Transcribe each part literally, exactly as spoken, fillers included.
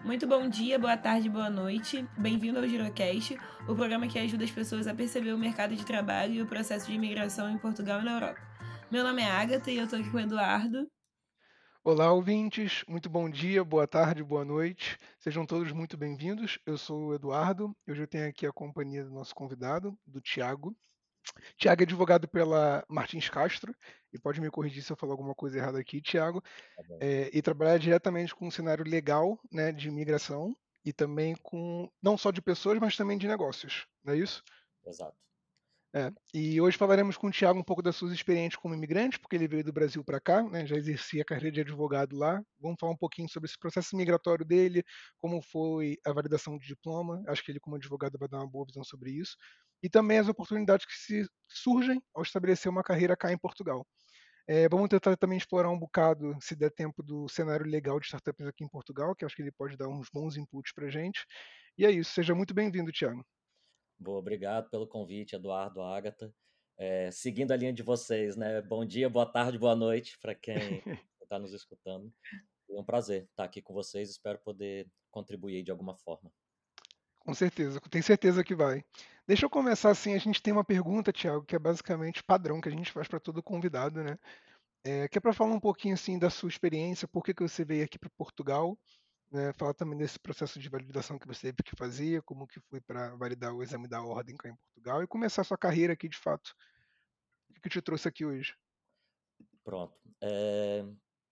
Muito bom dia, boa tarde, boa noite. Bem-vindo ao Girocast, o programa que ajuda as pessoas a perceber o mercado de trabalho e o processo de imigração em Portugal e na Europa. Meu nome é Agatha e eu tô aqui com o Eduardo. Olá, ouvintes. Muito bom dia, boa tarde, boa noite. Sejam todos muito bem-vindos. Eu sou o Eduardo. Hoje eu tenho aqui a companhia do nosso convidado, do Tiago. Tiago é advogado pela Martins Castro, e pode me corrigir se eu falar alguma coisa errada aqui, Tiago, Tá bom. é, e trabalha diretamente com o cenário legal, né, de imigração e também com não só de pessoas, mas também de negócios, não é isso? Exato. É, e hoje falaremos com o Thiago um pouco das suas experiências como imigrante, porque ele veio do Brasil para cá, né, já exercia a carreira de advogado lá. Vamos falar um pouquinho sobre esse processo migratório dele, como foi a validação de diploma. Acho que ele, como advogado, vai dar uma boa visão sobre isso. E também as oportunidades que se surgem ao estabelecer uma carreira cá em Portugal. É, vamos tentar também explorar um bocado, se der tempo, do cenário legal de startups aqui em Portugal, que acho que ele pode dar uns bons inputs para a gente. E é isso. Seja muito bem-vindo, Thiago. Boa, obrigado pelo convite, Eduardo, Agatha. É, seguindo a linha de vocês, né? Bom dia, boa tarde, boa noite para quem está nos escutando. É um prazer estar aqui com vocês. Espero poder contribuir de alguma forma. Com certeza, tenho certeza que vai. Deixa eu começar assim, a gente tem uma pergunta, Thiago, que é basicamente padrão que a gente faz para todo convidado, né? É, que é para falar um pouquinho assim da sua experiência, por que, que você veio aqui para Portugal, né? Falar também desse processo de validação que você teve que fazer, como que foi para validar o exame da ordem cá em Portugal e começar a sua carreira aqui de fato. O que, que te trouxe aqui hoje? Pronto. É,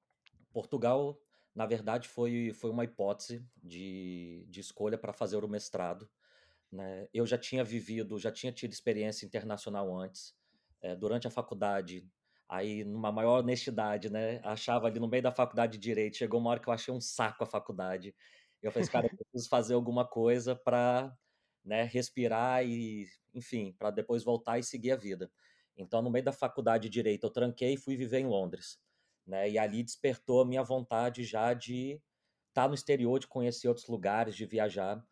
Portugal, na verdade, foi, foi uma hipótese de, de escolha para fazer o mestrado, né? Eu já tinha vivido, já tinha tido experiência internacional antes. É, durante a faculdade, aí numa maior honestidade, né? Achava ali no meio da faculdade de Direito, chegou uma hora que eu achei um saco a faculdade. Eu falei, assim, cara, eu preciso fazer alguma coisa para, né, respirar e, enfim, para depois voltar e seguir a vida. Então, no meio da faculdade de Direito, eu tranquei e fui viver em Londres, né? E ali despertou a minha vontade já de estar no exterior, de conhecer outros lugares, de viajar.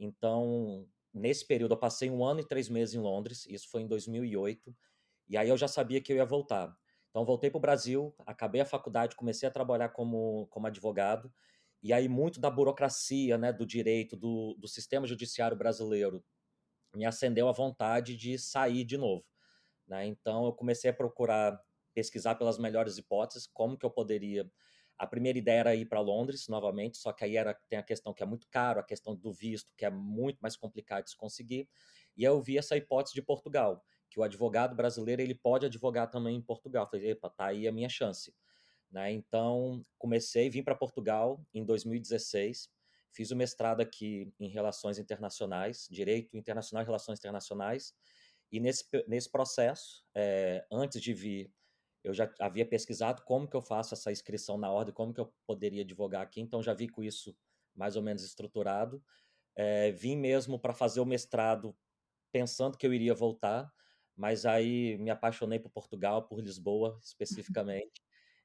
Então, nesse período, eu passei um ano e três meses em Londres, isso foi em dois mil e oito, e aí eu já sabia que eu ia voltar. Então, voltei para o Brasil, acabei a faculdade, comecei a trabalhar como, como advogado, e aí muito da burocracia, né, do direito, do, do sistema judiciário brasileiro, me acendeu a vontade de sair de novo, né? Então, eu comecei a procurar pesquisar pelas melhores hipóteses, como que eu poderia. A primeira ideia era ir para Londres novamente, só que aí era, tem a questão que é muito caro, a questão do visto, que é muito mais complicado de se conseguir. E aí eu vi essa hipótese de Portugal, que o advogado brasileiro ele pode advogar também em Portugal. Falei, epa, tá aí a minha chance. Né? Então, comecei, vim para Portugal em dois mil e dezesseis, fiz o mestrado aqui em Relações Internacionais, Direito Internacional e Relações Internacionais, e nesse, nesse processo, é, antes de vir, eu já havia pesquisado como que eu faço essa inscrição na ordem, como que eu poderia advogar aqui, então já vi com isso mais ou menos estruturado. É, vim mesmo para fazer o mestrado pensando que eu iria voltar, mas aí me apaixonei por Portugal, por Lisboa especificamente.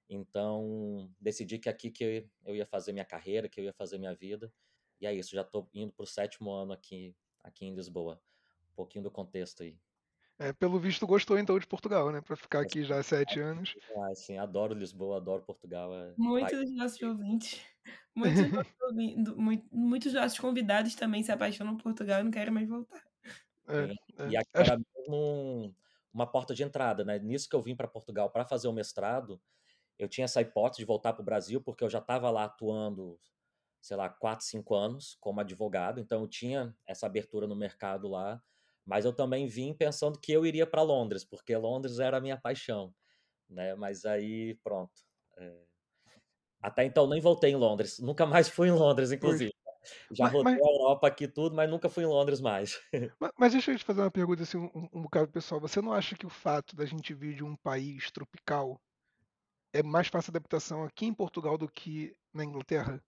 Então decidi que aqui que eu ia fazer minha carreira, que eu ia fazer minha vida. E é isso, já estou indo para o sétimo ano aqui, aqui em Lisboa. Um pouquinho do contexto aí. É, pelo visto, gostou então de Portugal, né? Para ficar aqui já há sete anos. Ah, assim, adoro Lisboa, adoro Portugal. É país. Muitos dos nossos ouvintes, muitos dos nossos ouvintes, mui- muitos dos nossos convidados também se apaixonam por Portugal e não querem mais voltar. É, Sim. é. E aqui Acho era mesmo um- uma porta de entrada, né? Nisso que eu vim para Portugal para fazer o mestrado, eu tinha essa hipótese de voltar para o Brasil, porque eu já estava lá atuando, sei lá, quatro, cinco anos como advogado, então eu tinha essa abertura no mercado lá, mas eu também vim pensando que eu iria para Londres, porque Londres era a minha paixão, né? Mas aí, pronto. É, até então nem voltei em Londres, nunca mais fui em Londres, Pois. inclusive. Já Mas, rodei mas, a Europa aqui tudo, mas nunca fui em Londres mais. mas- mas deixa eu te fazer uma pergunta assim, um, um um bocado pessoal. Você não acha que o fato da gente vir de um país tropical é mais fácil adaptação aqui em Portugal do que na Inglaterra?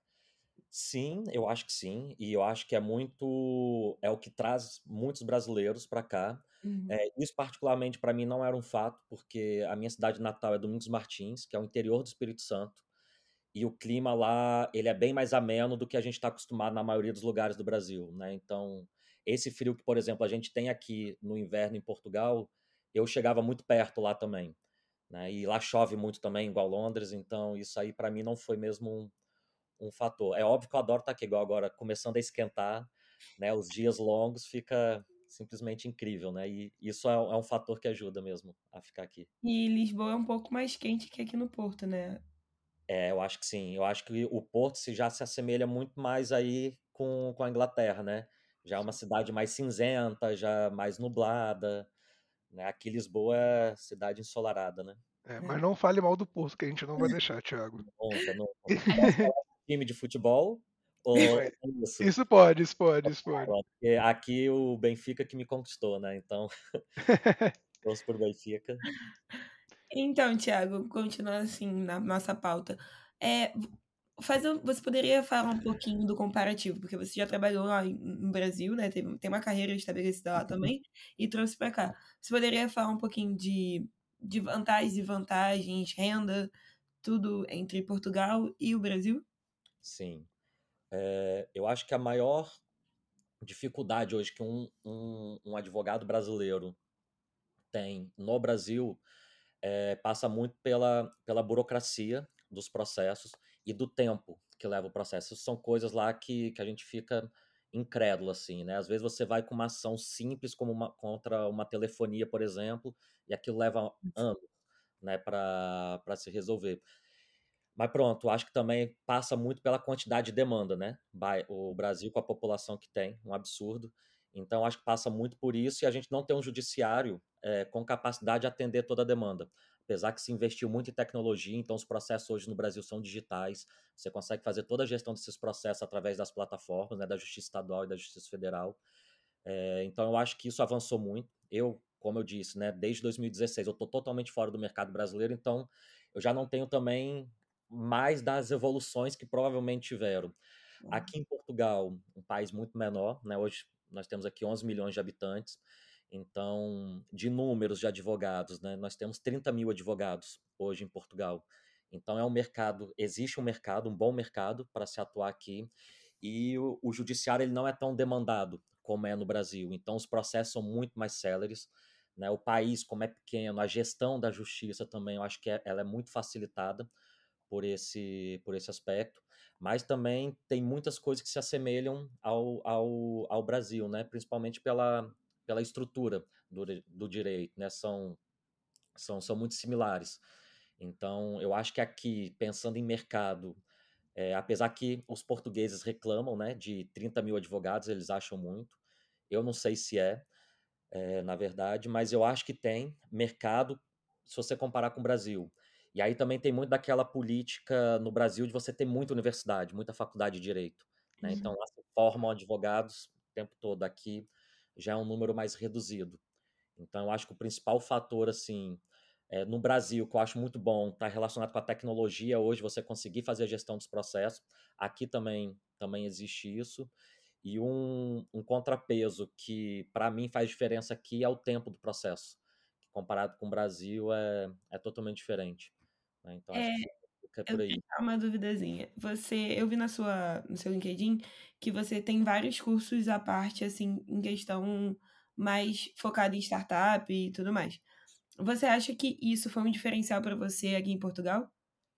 Sim, eu acho que sim, e eu acho que é muito é o que traz muitos brasileiros para cá. Uhum. Eh, isso particularmente para mim não era um fato, porque a minha cidade natal é Domingos Martins, que é o interior do Espírito Santo, e o clima lá, ele é bem mais ameno do que a gente está acostumado na maioria dos lugares do Brasil, né? Então, esse frio que, por exemplo, a gente tem aqui no inverno em Portugal, eu chegava muito perto lá também, né? E lá chove muito também, igual Londres, então isso aí para mim não foi mesmo um um fator. É óbvio que eu adoro estar aqui, igual agora, começando a esquentar, né? Os dias longos fica simplesmente incrível, né? E isso é, é um fator que ajuda mesmo a ficar aqui. E Lisboa é um pouco mais quente que aqui no Porto, né? É, eu acho que sim. Eu acho que o Porto se já se assemelha muito mais aí com, com a Inglaterra, né? Já é uma cidade mais cinzenta, já mais nublada, né? Aqui Lisboa é cidade ensolarada, né? É, É. mas não fale mal do Porto, que a gente não vai deixar, Thiago. Nunca, nunca. Posso falar de time de futebol? Ou Mas é isso? isso pode, isso pode, isso pode. Pronto, porque aqui o Benfica que me conquistou, né? Então, torço por Benfica. Então, Thiago, continuando assim na nossa pauta, é, faz um- você poderia falar um pouquinho do comparativo, porque você já trabalhou lá em- no Brasil, né? Tem, tem uma carreira estabelecida lá também, e trouxe para cá. Você poderia falar um pouquinho de, de vantagens e vantagens, renda, tudo entre Portugal e o Brasil? Sim. É, eu acho que a maior dificuldade hoje que um, um, um advogado brasileiro tem no Brasil é, passa muito pela, pela burocracia dos processos e do tempo que leva o processo. Isso são coisas lá que, que a gente fica incrédulo, assim, né? Às vezes você vai com uma ação simples, como uma, contra uma telefonia, por exemplo, e aquilo leva anos, né, para se resolver. Mas pronto, acho que também passa muito pela quantidade de demanda, né? Ba- O Brasil, com a população que tem, um absurdo. Então, acho que passa muito por isso e a gente não tem um judiciário é, com capacidade de atender toda a demanda. Apesar que se investiu muito em tecnologia, então os processos hoje no Brasil são digitais. Você consegue fazer toda a gestão desses processos através das plataformas, né, da Justiça Estadual e da Justiça Federal. É, então, eu acho que isso avançou muito. Eu, como eu disse, né, desde dois mil e dezesseis, eu estou totalmente fora do mercado brasileiro, então eu já não tenho também mais das evoluções que provavelmente tiveram. Aqui em Portugal, um país muito menor, né, hoje nós temos aqui onze milhões de habitantes, então, de números de advogados, né, nós temos trinta mil advogados hoje em Portugal. Então, é um mercado, existe um mercado, um bom mercado para se atuar aqui, e o, o judiciário ele não é tão demandado como é no Brasil. Então, os processos são muito mais céleres. Né? O país, como é pequeno, a gestão da justiça também, eu acho que é, ela é muito facilitada por esse, por esse aspecto. Mas também tem muitas coisas que se assemelham ao, ao, ao Brasil, né? Principalmente pela, pela estrutura do, do direito. Né? São, são, são muito similares. Então, eu acho que aqui, pensando em mercado, é, apesar que os portugueses reclamam, né, de trinta mil advogados, eles acham muito. Eu não sei se é, é, na verdade, mas eu acho que tem mercado se você comparar com o Brasil. E aí também tem muito daquela política no Brasil de você ter muita universidade, muita faculdade de direito. Né? Então, Uhum. lá se formam advogados o tempo todo. Aqui já é um número mais reduzido. Então, eu acho que o principal fator, assim, é, no Brasil, que eu acho muito bom, está relacionado com a tecnologia. Hoje, você conseguir fazer a gestão dos processos. Aqui também, também existe isso. E um, um contrapeso que, para mim, faz diferença aqui é o tempo do processo, que comparado com o Brasil é, é totalmente diferente. Né? Então, acho É, que fica eu por aí. tenho uma duvidazinha. Você, eu vi na sua, no seu LinkedIn que você tem vários cursos à parte, assim, em questão mais focada em startup e tudo mais. Você acha que isso foi um diferencial para você aqui em Portugal?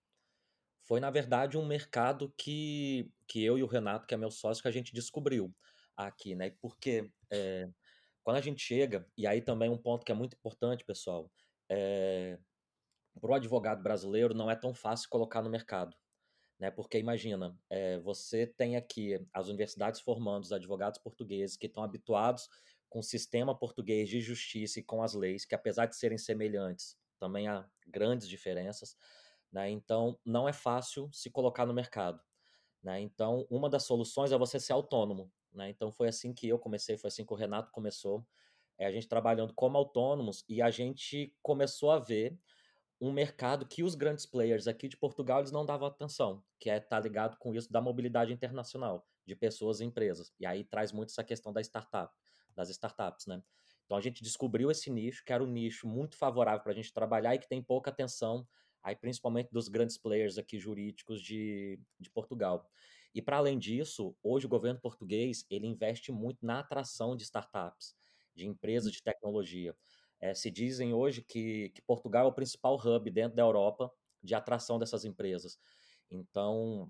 Foi, na verdade, um mercado que, que eu e o Renato, que é meu sócio, que a gente descobriu aqui, né? Porque é, quando a gente chega, e aí também um ponto que é muito importante, pessoal, é, para o advogado brasileiro não é tão fácil colocar no mercado, né? Porque imagina, é, você tem aqui as universidades formando os advogados portugueses que estão habituados com o sistema português de justiça e com as leis, que apesar de serem semelhantes, também há grandes diferenças, né? Então, não é fácil se colocar no mercado, né? Então, uma das soluções é você ser autônomo, né? Então, foi assim que eu comecei, foi assim que o Renato começou, é a gente trabalhando como autônomos e a gente começou a ver um mercado que os grandes players aqui de Portugal eles não davam atenção, que é estar ligado com isso da mobilidade internacional de pessoas e empresas. E aí traz muito essa questão da startup, das startups, né? Então a gente descobriu esse nicho, que era um nicho muito favorável para a gente trabalhar e que tem pouca atenção, aí principalmente dos grandes players aqui jurídicos de, de Portugal. E para além disso, hoje o governo português ele investe muito na atração de startups, de empresas de tecnologia. É, se dizem hoje que, que Portugal é o principal hub dentro da Europa de atração dessas empresas. Então,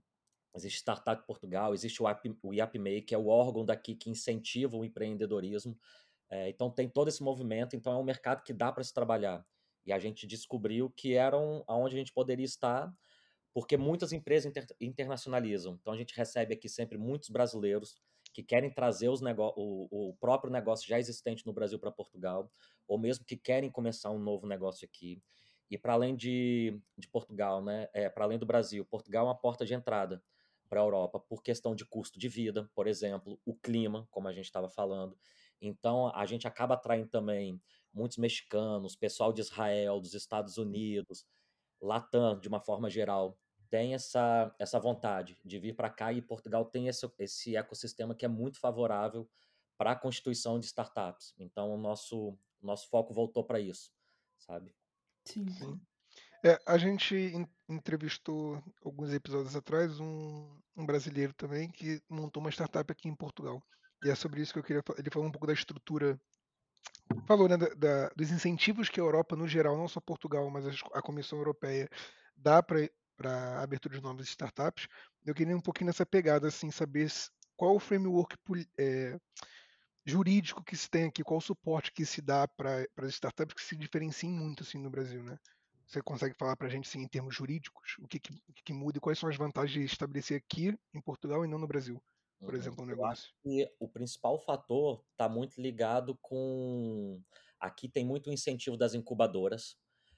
existe Startup Portugal, existe o App- o IAPMEI, que é o órgão daqui que incentiva o empreendedorismo. É, então tem todo esse movimento, então é um mercado que dá para se trabalhar. E a gente descobriu que era um, onde a gente poderia estar, porque muitas empresas inter- internacionalizam. Então a gente recebe aqui sempre muitos brasileiros que querem trazer os nego- o, o próprio negócio já existente no Brasil para Portugal, ou mesmo que querem começar um novo negócio aqui. E para além de, de Portugal, né, é, para além do Brasil, Portugal é uma porta de entrada para a Europa por questão de custo de vida, por exemplo, o clima, como a gente estava falando. Então a gente acaba atraindo também muitos mexicanos, pessoal de Israel, dos Estados Unidos, Latam, de uma forma geral, tem essa, essa vontade de vir para cá, e Portugal tem esse, esse ecossistema que é muito favorável para a constituição de startups. Então, o nosso, nosso foco voltou para isso, sabe? Sim, Sim. sim. É, a gente en- entrevistou alguns episódios atrás um, um brasileiro também que montou uma startup aqui em Portugal. E é sobre isso que eu queria falar. Ele falou um pouco da estrutura, falou, né, da, da- dos incentivos que a Europa, no geral, não só Portugal, mas as- a Comissão Europeia dá para a abertura de novas startups. Eu queria um pouquinho nessa pegada, assim, saber se- qual o framework poli- é, jurídico que se tem aqui, qual o suporte que se dá para as startups que se diferenciem muito assim no Brasil, né? Você consegue falar para a gente assim, em termos jurídicos o que, que, o que, que muda e quais são as vantagens de estabelecer aqui em Portugal e não no Brasil, por Uhum. exemplo, um Eu acho negócio? que o principal fator está muito ligado com. Aqui tem muito incentivo das incubadoras.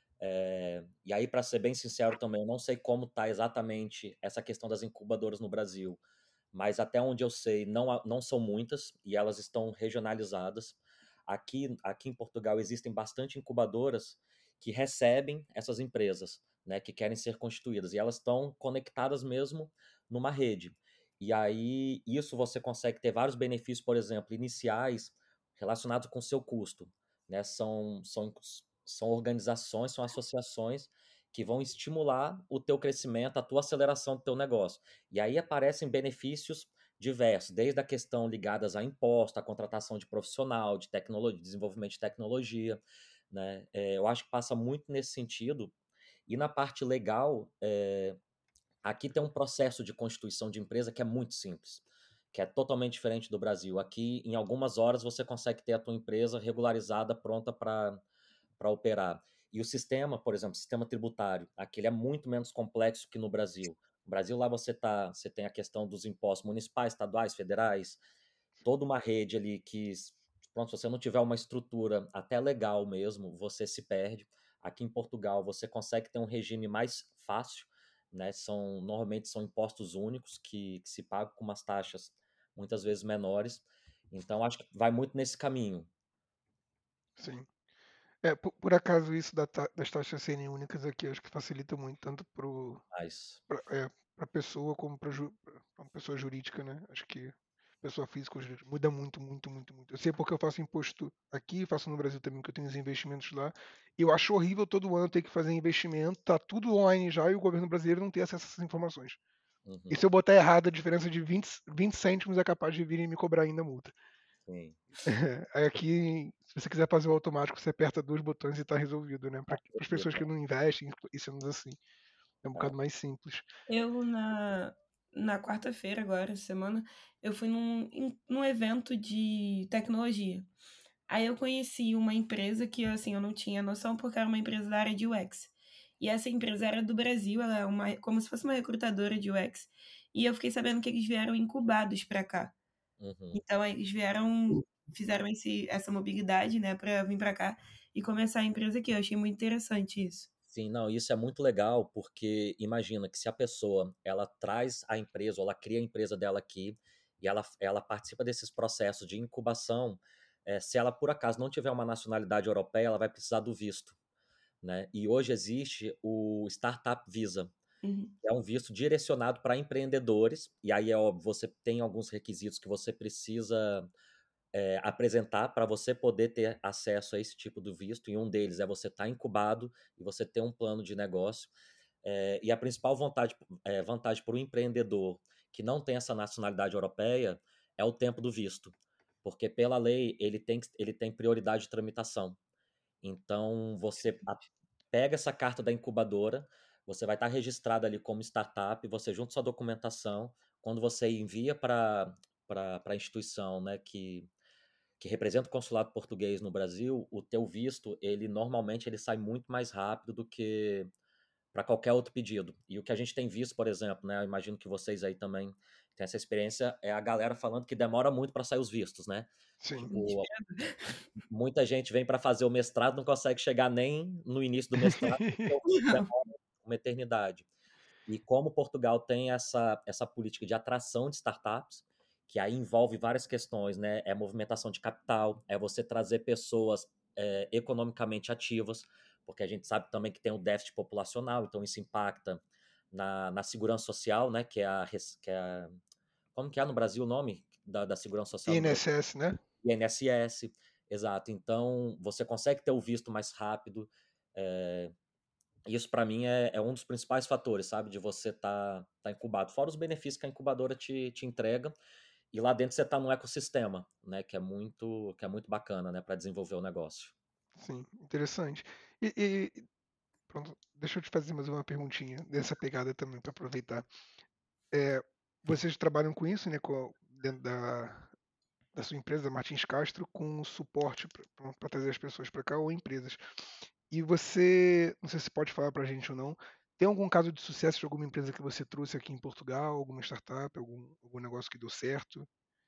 É, e aí, para ser bem sincero também, eu não sei como está exatamente essa questão das incubadoras no Brasil, mas até onde eu sei, não, há- não são muitas e elas estão regionalizadas. Aqui, aqui em Portugal existem bastante incubadoras que recebem essas empresas, né, que querem ser constituídas, e elas estão conectadas mesmo numa rede. E aí, isso você consegue ter vários benefícios, por exemplo, iniciais relacionados com o seu custo, né? São, são, são organizações, são associações que vão estimular o teu crescimento, a tua aceleração do teu negócio. E aí aparecem benefícios diversos, desde a questão ligadas a imposto, a contratação de profissional, de tecnologia, desenvolvimento de tecnologia, né? É, eu acho que passa muito nesse sentido. E na parte legal, é, aqui tem um processo de constituição de empresa que é muito simples, que é totalmente diferente do Brasil. Aqui, em algumas horas, você consegue ter a tua empresa regularizada, pronta para para operar. E o sistema, por exemplo, o sistema tributário, aquele é muito menos complexo que no Brasil. No Brasil, lá você tá, você tem a questão dos impostos municipais, estaduais, federais, toda uma rede ali que, pronto, se você não tiver uma estrutura até legal mesmo, você se perde. Aqui em Portugal, você consegue ter um regime mais fácil, né? São, normalmente são impostos únicos que, que se pagam com umas taxas muitas vezes menores. Então, acho que vai muito nesse caminho. Sim. É, por, por acaso isso da ta- das taxas serem únicas aqui, acho que facilita muito, tanto Mas, para é, a pessoa como para uma pessoa jurídica, né? Acho que pessoa física ou jurídica muda muito, muito, muito, muito. Eu sei porque eu faço imposto aqui, faço no Brasil também, que eu tenho os investimentos lá. E eu acho horrível todo ano ter que fazer investimento, tá tudo online já e o governo brasileiro não tem acesso a essas informações. E uhum, se eu botar errado, a diferença de vinte, vinte cêntimos é capaz de virem me cobrar ainda a multa. sim. Aí aqui, se você quiser fazer o automático, você aperta dois botões e tá resolvido, né? Para as pessoas que não investem e sendo assim. É um É. bocado mais simples. Eu na na quarta-feira agora, essa semana, eu fui num em num evento de tecnologia. Aí eu conheci uma empresa que, assim, eu não tinha noção, porque era uma empresa da área de U X. E essa empresa era do Brasil, ela é uma como se fosse uma recrutadora de U X, e eu fiquei sabendo que eles vieram incubados para cá. Uhum. Então aí eles vieram fizeram esse essa mobilidade, né, para vir para cá e começar a empresa aqui, eu achei muito interessante isso. Sim, não, isso é muito legal, porque imagina que se a pessoa ela traz a empresa, ou ela cria a empresa dela aqui, e ela, ela participa desses processos de incubação, eh, se ela por acaso não tiver uma nacionalidade europeia, ela vai precisar do visto, né? E hoje existe o Startup Visa, Uhum. que é um visto direcionado para empreendedores, e aí é óbvio, você tem alguns requisitos que você precisa é, apresentar para você poder ter acesso a esse tipo de visto, e um deles é você estar incubado e você ter um plano de negócio. É, e a principal vontade, é, vantagem para o empreendedor que não tem essa nacionalidade europeia é o tempo do visto, porque pela lei ele tem, ele tem prioridade de tramitação. Então você a- pega essa carta da incubadora, você vai estar registrado ali como startup, você junta sua documentação, quando você envia para para a instituição, né, que, que representa o consulado português no Brasil, o teu visto, ele normalmente ele sai muito mais rápido do que para qualquer outro pedido. E o que a gente tem visto, por exemplo, né, eu imagino que vocês aí também têm essa experiência, é a galera falando que demora muito para sair os vistos, né? Sim. Tipo, muita gente vem para fazer o mestrado, não consegue chegar nem no início do mestrado, porque o visto Não. demora uma eternidade. E como Portugal tem essa, essa política de atração de startups, que aí envolve várias questões, né? É movimentação de capital, é você trazer pessoas é, economicamente ativas, porque a gente sabe também que tem um déficit populacional, então isso impacta na, na segurança social, né? Que é a, res- que é a- como que é no Brasil o nome da, da segurança social no Brasil? I N S S, né? I N S S, exato. Então você consegue ter o visto mais rápido. é, isso para mim é, é um dos principais fatores, sabe? De você estar tá, tá incubado. Fora os benefícios que a incubadora te, te entrega. E lá dentro você está num ecossistema, né? Que é muito, que é muito bacana, né? Para desenvolver o negócio. Sim, interessante. E, e- pronto, deixa eu te fazer mais uma perguntinha dessa pegada também para aproveitar. É, vocês trabalham com isso, né? Com, dentro da, da sua empresa, da Martins Castro, com suporte para trazer as pessoas para cá ou empresas. E você, não sei se pode falar para a gente ou não, tem algum caso de sucesso de alguma empresa que você trouxe aqui em Portugal, alguma startup, algum, algum negócio que deu certo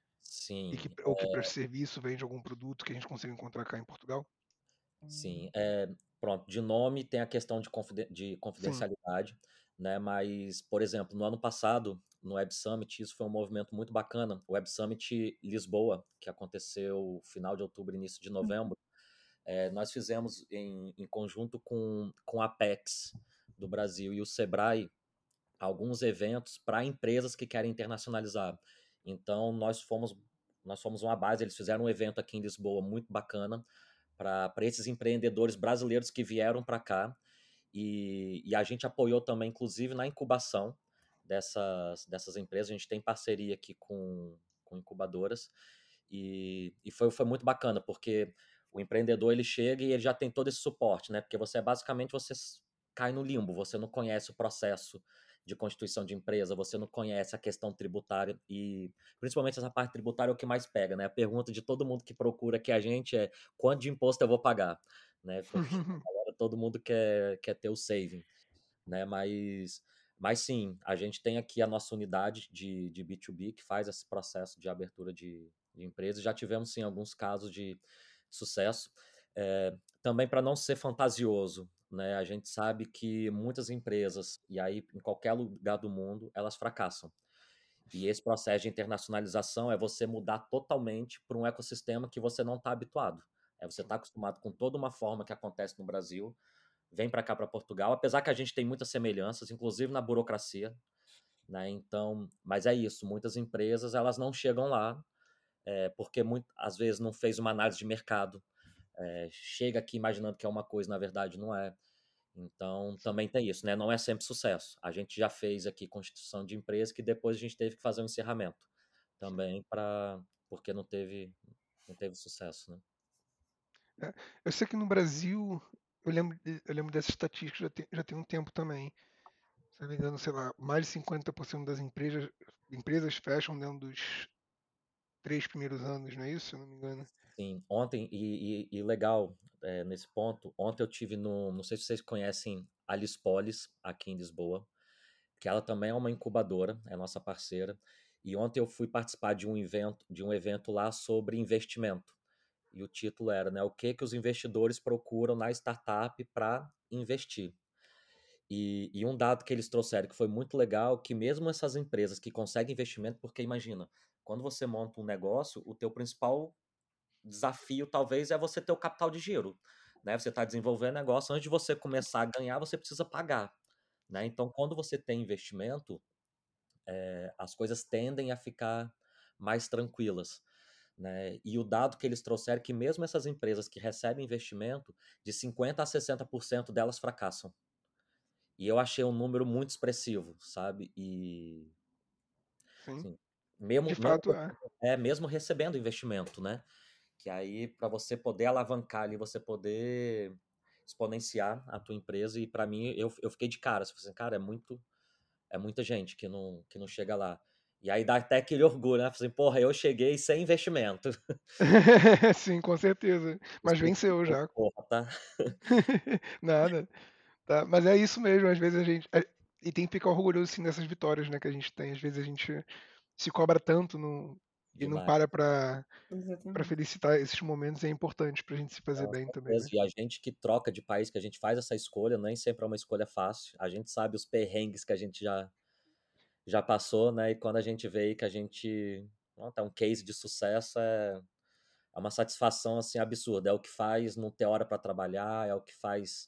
e que, Sim, ou que presta serviço, vende algum produto que a gente consegue encontrar cá em Portugal? sim. É, pronto, de nome tem a questão de, confiden- de Sim. confidencialidade, né? Mas, por exemplo, no ano passado, no Web Summit, isso foi um movimento muito bacana. O Web Summit Lisboa, que aconteceu final de outubro, início de novembro, é, nós fizemos em, em conjunto com, com a Apex do Brasil e o Sebrae alguns eventos para empresas que querem internacionalizar. Então, nós fomos, nós fomos uma base, eles fizeram um evento aqui em Lisboa muito bacana para esses empreendedores brasileiros que vieram para cá e, e a gente apoiou também, inclusive, na incubação dessas, dessas empresas. A gente tem parceria aqui com, com incubadoras e, e foi, foi muito bacana, porque o empreendedor ele chega e ele já tem todo esse suporte, né? Porque você basicamente você cai no limbo, você não conhece o processo de constituição de empresa, você não conhece a questão tributária e principalmente essa parte tributária é o que mais pega, né? A pergunta de todo mundo que procura aqui a gente é quanto de imposto eu vou pagar, né? Porque agora todo mundo quer, quer ter o saving, né? Mas, mas sim, a gente tem aqui a nossa unidade de, de B dois B que faz esse processo de abertura de, de empresas. Já tivemos, sim, alguns casos de, de sucesso. É, também para não ser fantasioso, né? A gente sabe que muitas empresas, e aí em qualquer lugar do mundo, elas fracassam. E esse processo de internacionalização é você mudar totalmente para um ecossistema que você não está habituado. É você está acostumado com toda uma forma que acontece no Brasil, vem para cá para Portugal, apesar que a gente tem muitas semelhanças, inclusive na burocracia, né? Então, mas é isso, muitas empresas elas não chegam lá é, porque muito, às vezes não fez uma análise de mercado, é, chega aqui imaginando que é uma coisa, na verdade não é. Então, também tem isso, né? Não é sempre sucesso. A gente já fez aqui constituição de empresa que depois a gente teve que fazer um encerramento também para porque não teve não teve sucesso, né? É, eu sei que no Brasil, eu lembro, de- eu lembro dessa estatística já tem, já tem um tempo também. Se não me engano, sei lá, mais de cinquenta por cento das empresas, empresas fecham dentro dos três primeiros anos, não é isso? Se eu não me engano. Sim, ontem, e, e- e legal, é, nesse ponto, ontem eu tive no, não sei se vocês conhecem a Lispolis, aqui em Lisboa, que ela também é uma incubadora, é nossa parceira, e ontem eu fui participar de um evento, de um evento lá sobre investimento, e o título era, né, o que que os investidores procuram na startup para investir. E, e um dado que eles trouxeram que foi muito legal, que mesmo essas empresas que conseguem investimento, porque imagina, quando você monta um negócio, o teu principal desafio talvez é você ter o capital de giro, né? Você está desenvolvendo negócio, antes de você começar a ganhar, você precisa pagar, né? Então, quando você tem investimento, é, as coisas tendem a ficar mais tranquilas, né? E o dado que eles trouxeram é que mesmo essas empresas que recebem investimento, de cinquenta a sessenta por cento delas fracassam. E eu achei um número muito expressivo, sabe? E Sim, assim, de mesmo, mesmo, fato é. é, mesmo recebendo investimento, né? Que aí, para você poder alavancar ali, você poder exponenciar a tua empresa. E para mim, eu, eu fiquei de cara. Eu falei assim, cara, é muito, é muita gente que não, que não chega lá. E aí dá até aquele orgulho, né? Falei assim, porra, eu cheguei sem investimento. Sim, com certeza. Mas Isso aqui, venceu já. porra, tá? Nada. Tá, mas é isso mesmo, às vezes a gente. é- E tem que ficar orgulhoso sim dessas vitórias, né, que a gente tem. Às vezes a gente se cobra tanto no... e não Demais. para pra, pra Exatamente. felicitar esses momentos, é importante pra gente se fazer Com bem também, certeza. né? E a gente que troca de país, que a gente faz essa escolha, nem sempre é uma escolha fácil. A gente sabe os perrengues que a gente já, já passou, né? E quando a gente vê aí que a gente ó, tá um case de sucesso, é, é uma satisfação assim absurda. É o que faz não ter hora para trabalhar, é o que faz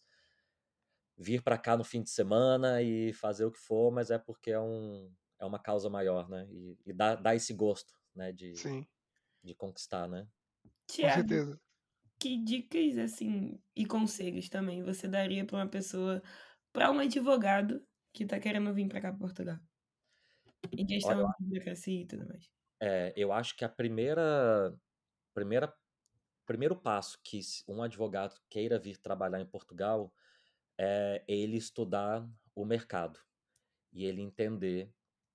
vir para cá no fim de semana e fazer o que for, mas é porque é um é uma causa maior, né? E, e dá, dá esse gosto, né? De, Sim, de conquistar, né? com Tiago, certeza. que dicas, assim, e conselhos também você daria para uma pessoa, para um advogado que tá querendo vir para cá para Portugal? Em questão Olha, de burocracia e tudo mais. é, eu acho que a primeira primeira primeiro passo que se um advogado queira vir trabalhar em Portugal é ele estudar o mercado e ele entender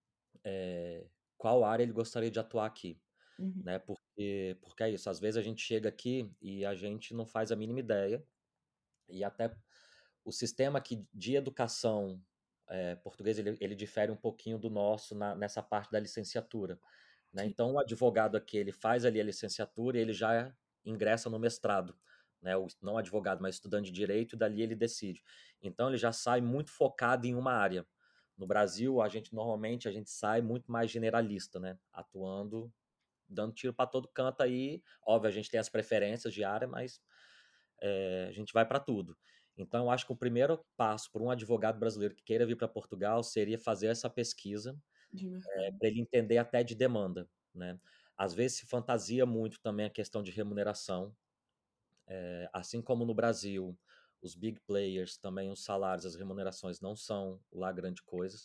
eh, qual área ele gostaria de atuar aqui, Uhum. né? Porque, porque é isso, às vezes a gente chega aqui e a gente não faz a mínima ideia e até o sistema aqui de educação eh, português ele, ele difere um pouquinho do nosso na- nessa parte da licenciatura, né? Sim. Então o advogado aqui ele faz ali a licenciatura e ele já ingressa no mestrado, né? O, não advogado, mas estudante de direito e dali ele decide. Então ele já sai muito focado em uma área. No Brasil a gente normalmente a gente sai muito mais generalista, né? Atuando dando tiro para todo canto aí. Óbvio, a gente tem as preferências de área, mas é, a gente vai para tudo. Então, eu acho que o primeiro passo para um advogado brasileiro que queira vir para Portugal seria fazer essa pesquisa De é, mercado. para ele entender até de demanda, né? Às vezes se fantasia muito também a questão de remuneração, é, assim como no Brasil, os big players também os salários, as remunerações não são lá grande coisas.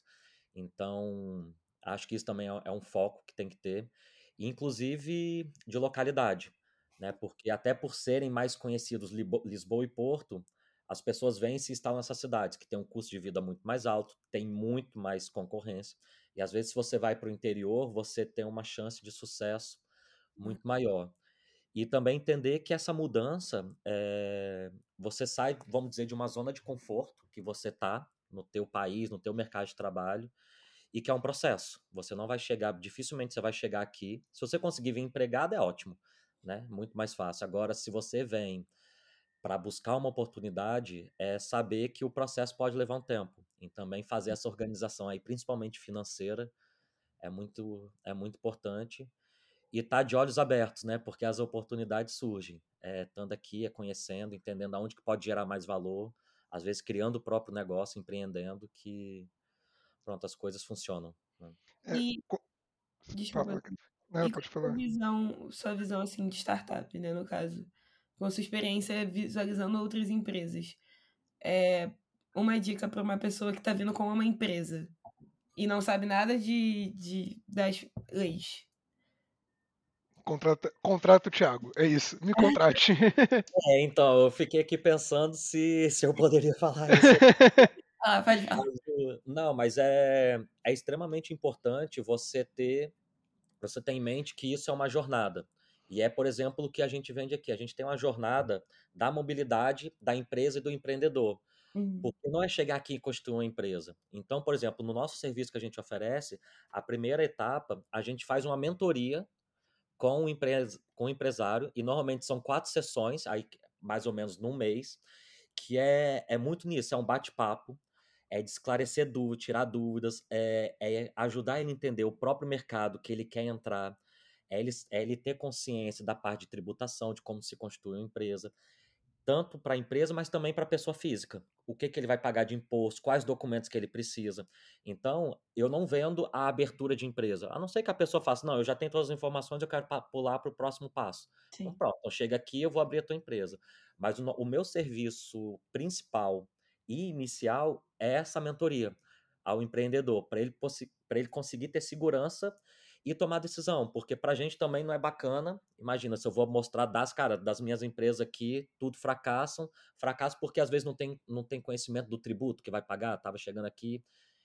Então, acho que isso também é é um foco que tem que ter, inclusive de localidade, né? Porque até por serem mais conhecidos Libo- Lisboa e Porto, as pessoas vêm e se instalam nessas cidades, que tem um custo de vida muito mais alto, tem muito mais concorrência, e às vezes se você vai para o interior, você tem uma chance de sucesso muito maior. E também entender que essa mudança, eh, você sai, vamos dizer, de uma zona de conforto que você tá no teu país, no teu mercado de trabalho, e que é um processo. Você não vai chegar, dificilmente você vai chegar aqui. Se você conseguir vir empregado, é ótimo, né? Muito mais fácil. Agora, se você vem para buscar uma oportunidade, é saber que o processo pode levar um tempo. E também fazer essa organização aí, principalmente financeira, é muito, é muito importante e estar de olhos abertos, né? Porque as oportunidades surgem. É, estando aqui, é conhecendo, entendendo aonde que pode gerar mais valor, às vezes criando o próprio negócio, empreendendo, que pronto, as coisas funcionam, né? É, E co- desculpa. fala, não, E qual pode a sua falar. visão sua visão, assim, de startup, né, no caso, com a sua experiência visualizando outras empresas. É uma dica para uma pessoa que está vindo com uma empresa e não sabe nada de de das leis. Contrata, contrata o Thiago, é isso, me contrate. É, então, eu fiquei aqui pensando se, se eu poderia falar isso. Ah, pode Mas, falar. o- não, mas é, é extremamente importante você ter, você ter em mente que isso é uma jornada. E é, por exemplo, o que a gente vende aqui. A gente tem uma jornada da mobilidade da empresa e do empreendedor. Uhum. Porque não é chegar aqui e constituir uma empresa. Então, por exemplo, no nosso serviço que a gente oferece, a primeira etapa, a gente faz uma mentoria com o, empres com o empresário, e normalmente são quatro sessões, aí mais ou menos num mês, que é, é muito nisso, é um bate-papo, é de esclarecer dúvidas, tirar dúvidas, é, é ajudar ele a entender o próprio mercado que ele quer entrar, é ele, é ele ter consciência da parte de tributação, de como se constitui uma empresa, tanto para a empresa, mas também para a pessoa física. O que, que ele vai pagar de imposto, quais documentos que ele precisa. Então, eu não vendo a abertura de empresa. A não ser que a pessoa faça, não, eu já tenho todas as informações, eu quero pular para o próximo passo. Então, Sim. pronto, então chega aqui, eu vou abrir a tua empresa. Mas o, no- o meu serviço principal e inicial é essa mentoria ao empreendedor, para ele, para ele conseguir ter segurança e tomar decisão, porque pra gente também não é bacana. Imagina, se eu vou mostrar das, cara, das minhas empresas aqui, tudo fracassam, fracasso porque às vezes não tem, não tem conhecimento do tributo que vai pagar, tava chegando aqui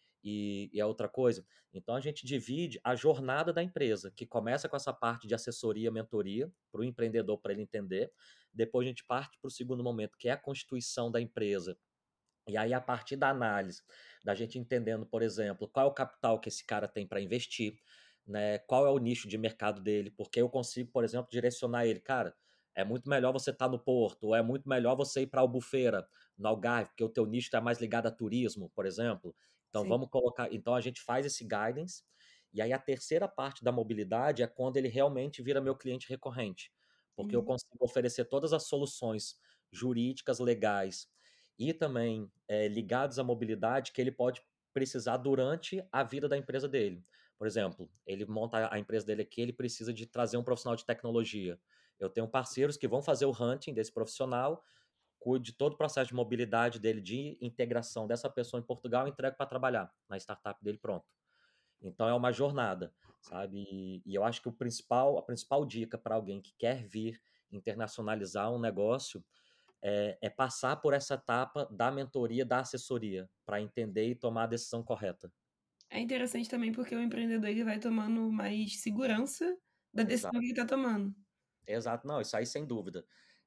e, e é outra coisa. Então a gente divide a jornada da empresa, que começa com essa parte de assessoria, mentoria, para o empreendedor, para ele entender. Depois a gente parte para o segundo momento, que é a constituição da empresa. E aí, a partir da análise, da gente entendendo, por exemplo, qual é o capital que esse cara tem para investir, né? Qual é o nicho de mercado dele, porque eu consigo, por exemplo, direcionar ele, cara, é muito melhor você estar no Porto, ou é muito melhor você ir para Albufeira, no Algarve, porque o teu nicho está mais ligado a turismo, por exemplo. Então Sim. vamos colocar, então a gente faz esse guidance, e aí a terceira parte da mobilidade é quando ele realmente vira meu cliente recorrente, porque eu Uhum. consigo oferecer todas as soluções jurídicas, legais, e também é, ligados à mobilidade que ele pode precisar durante a vida da empresa dele. Por exemplo, ele monta a empresa dele aqui, ele precisa de trazer um profissional de tecnologia. Eu tenho parceiros que vão fazer o hunting desse profissional, cuide de todo o processo de mobilidade dele, de integração dessa pessoa em Portugal e entrego para trabalhar na startup dele, pronto. Então é uma jornada, sabe? E, e eu acho que o principal, a principal dica para alguém que quer vir internacionalizar um negócio é, é passar por essa etapa da mentoria, da assessoria, para entender e tomar a decisão correta. É interessante também porque o empreendedor ele vai tomando mais segurança da decisão Exato, que ele está tomando. exato. Não, isso aí sem dúvida.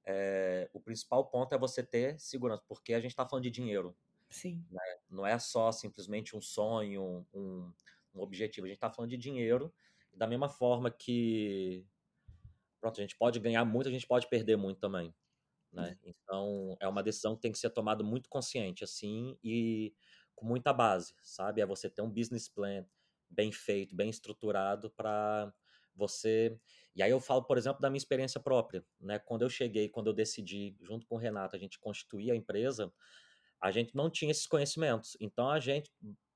É, o principal ponto é você ter segurança, porque a gente está falando de dinheiro, Sim. né? Não é só simplesmente um sonho, um, um objetivo. A gente está falando de dinheiro, da mesma forma que, pronto, a gente pode ganhar muito, a gente pode perder muito também. Né? Então, é uma decisão que tem que ser tomada muito consciente, assim, e com muita base, sabe? É você ter um business plan bem feito, bem estruturado para você. E aí eu falo, por exemplo, da minha experiência própria, né? Quando eu cheguei, quando eu decidi, junto com o Renato, a gente constituir a empresa, a gente não tinha esses conhecimentos. Então, a gente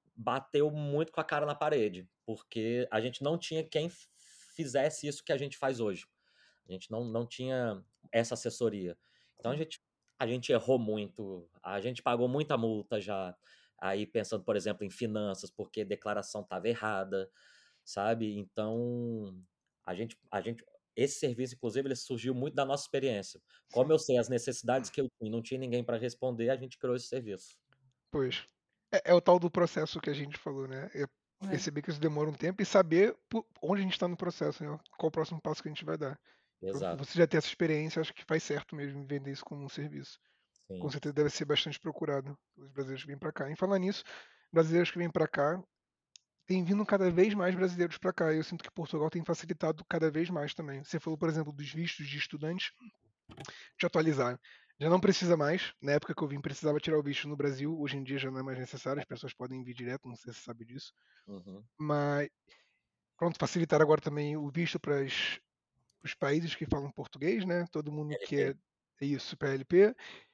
bateu muito com a cara na parede, porque a gente não tinha quem fizesse isso que a gente faz hoje. A gente não, não tinha essa assessoria. Então a Sim. gente, a gente errou muito, a gente pagou muita multa já, aí pensando, por exemplo, em finanças, porque declaração estava errada, sabe? Então, a gente, a gente, esse serviço, inclusive, ele surgiu muito da nossa experiência. Como eu sei as necessidades que eu tinha, não tinha ninguém para responder, a gente criou esse serviço. Pois. É, é o tal do processo que a gente falou, né? É É. perceber que isso demora um tempo e saber pu- onde a gente está no processo, né? Qual o próximo passo que a gente vai dar. Pra Exato, você já ter essa experiência, acho que faz certo mesmo em vender isso como um serviço. Com sim. certeza deve ser bastante procurado pelos brasileiros que vêm para cá. Em falar nisso, brasileiros que vêm para cá, tem vindo cada vez mais brasileiros para cá. E eu sinto que Portugal tem facilitado cada vez mais também. Você falou, por exemplo, dos vistos de estudantes de atualizar. Já não precisa mais. Na época que eu vim, precisava tirar o visto no Brasil. Hoje em dia já não é mais necessário. As pessoas podem vir direto. Não sei se você sabe disso. Uhum. Mas, pronto, facilitar agora também o visto para os países que falam português, né? Todo mundo L P. quer isso para L P.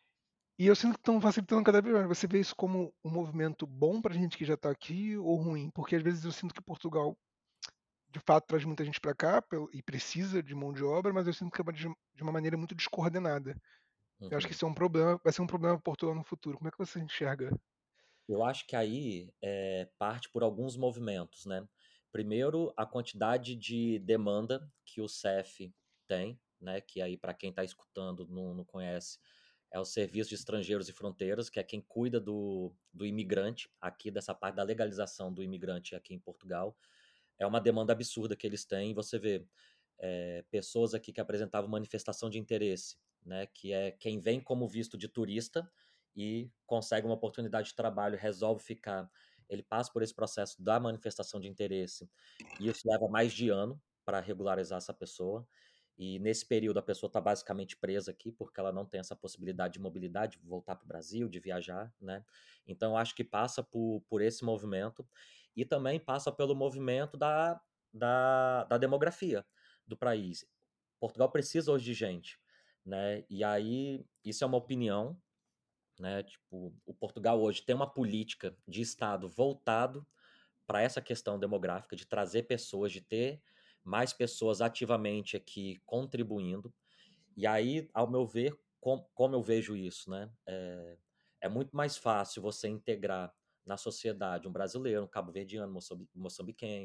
E eu sinto que estão facilitando cada vez mais. Você vê isso como um movimento bom para a gente que já está aqui ou ruim? Porque às vezes eu sinto que Portugal, de fato, traz muita gente para cá pelo- e precisa de mão de obra, mas eu sinto que é de de uma maneira muito descoordenada. Eu acho que Uhum. isso é um problema, vai ser um problema para Portugal no futuro. Como é que você enxerga? Eu acho que aí é, parte por alguns movimentos, né? Primeiro, a quantidade de demanda que o C E F tem, né? Que aí, para quem está escutando, não, não conhece, é o Serviço de Estrangeiros e Fronteiras, que é quem cuida do, do imigrante, aqui dessa parte da legalização do imigrante aqui em Portugal. É uma demanda absurda que eles têm. Você vê é, pessoas aqui que apresentavam manifestação de interesse, né? Que é quem vem como visto de turista e consegue uma oportunidade de trabalho, resolve ficar. Ele passa por esse processo da manifestação de interesse e isso leva mais de ano para regularizar essa pessoa. E nesse período a pessoa está basicamente presa aqui porque ela não tem essa possibilidade de mobilidade, de voltar para o Brasil, de viajar, né? Então eu acho que passa por, por esse movimento e também passa pelo movimento da, da, da demografia do país. Portugal precisa hoje de gente, né? E aí isso é uma opinião, né? Tipo, o Portugal hoje tem uma política de Estado voltado para essa questão demográfica, de trazer pessoas, de ter mais pessoas ativamente aqui contribuindo. E aí, ao meu ver, com, como eu vejo isso, né? É, é muito mais fácil você integrar na sociedade um brasileiro, um cabo-verdiano, moçambi- moçambiquenho,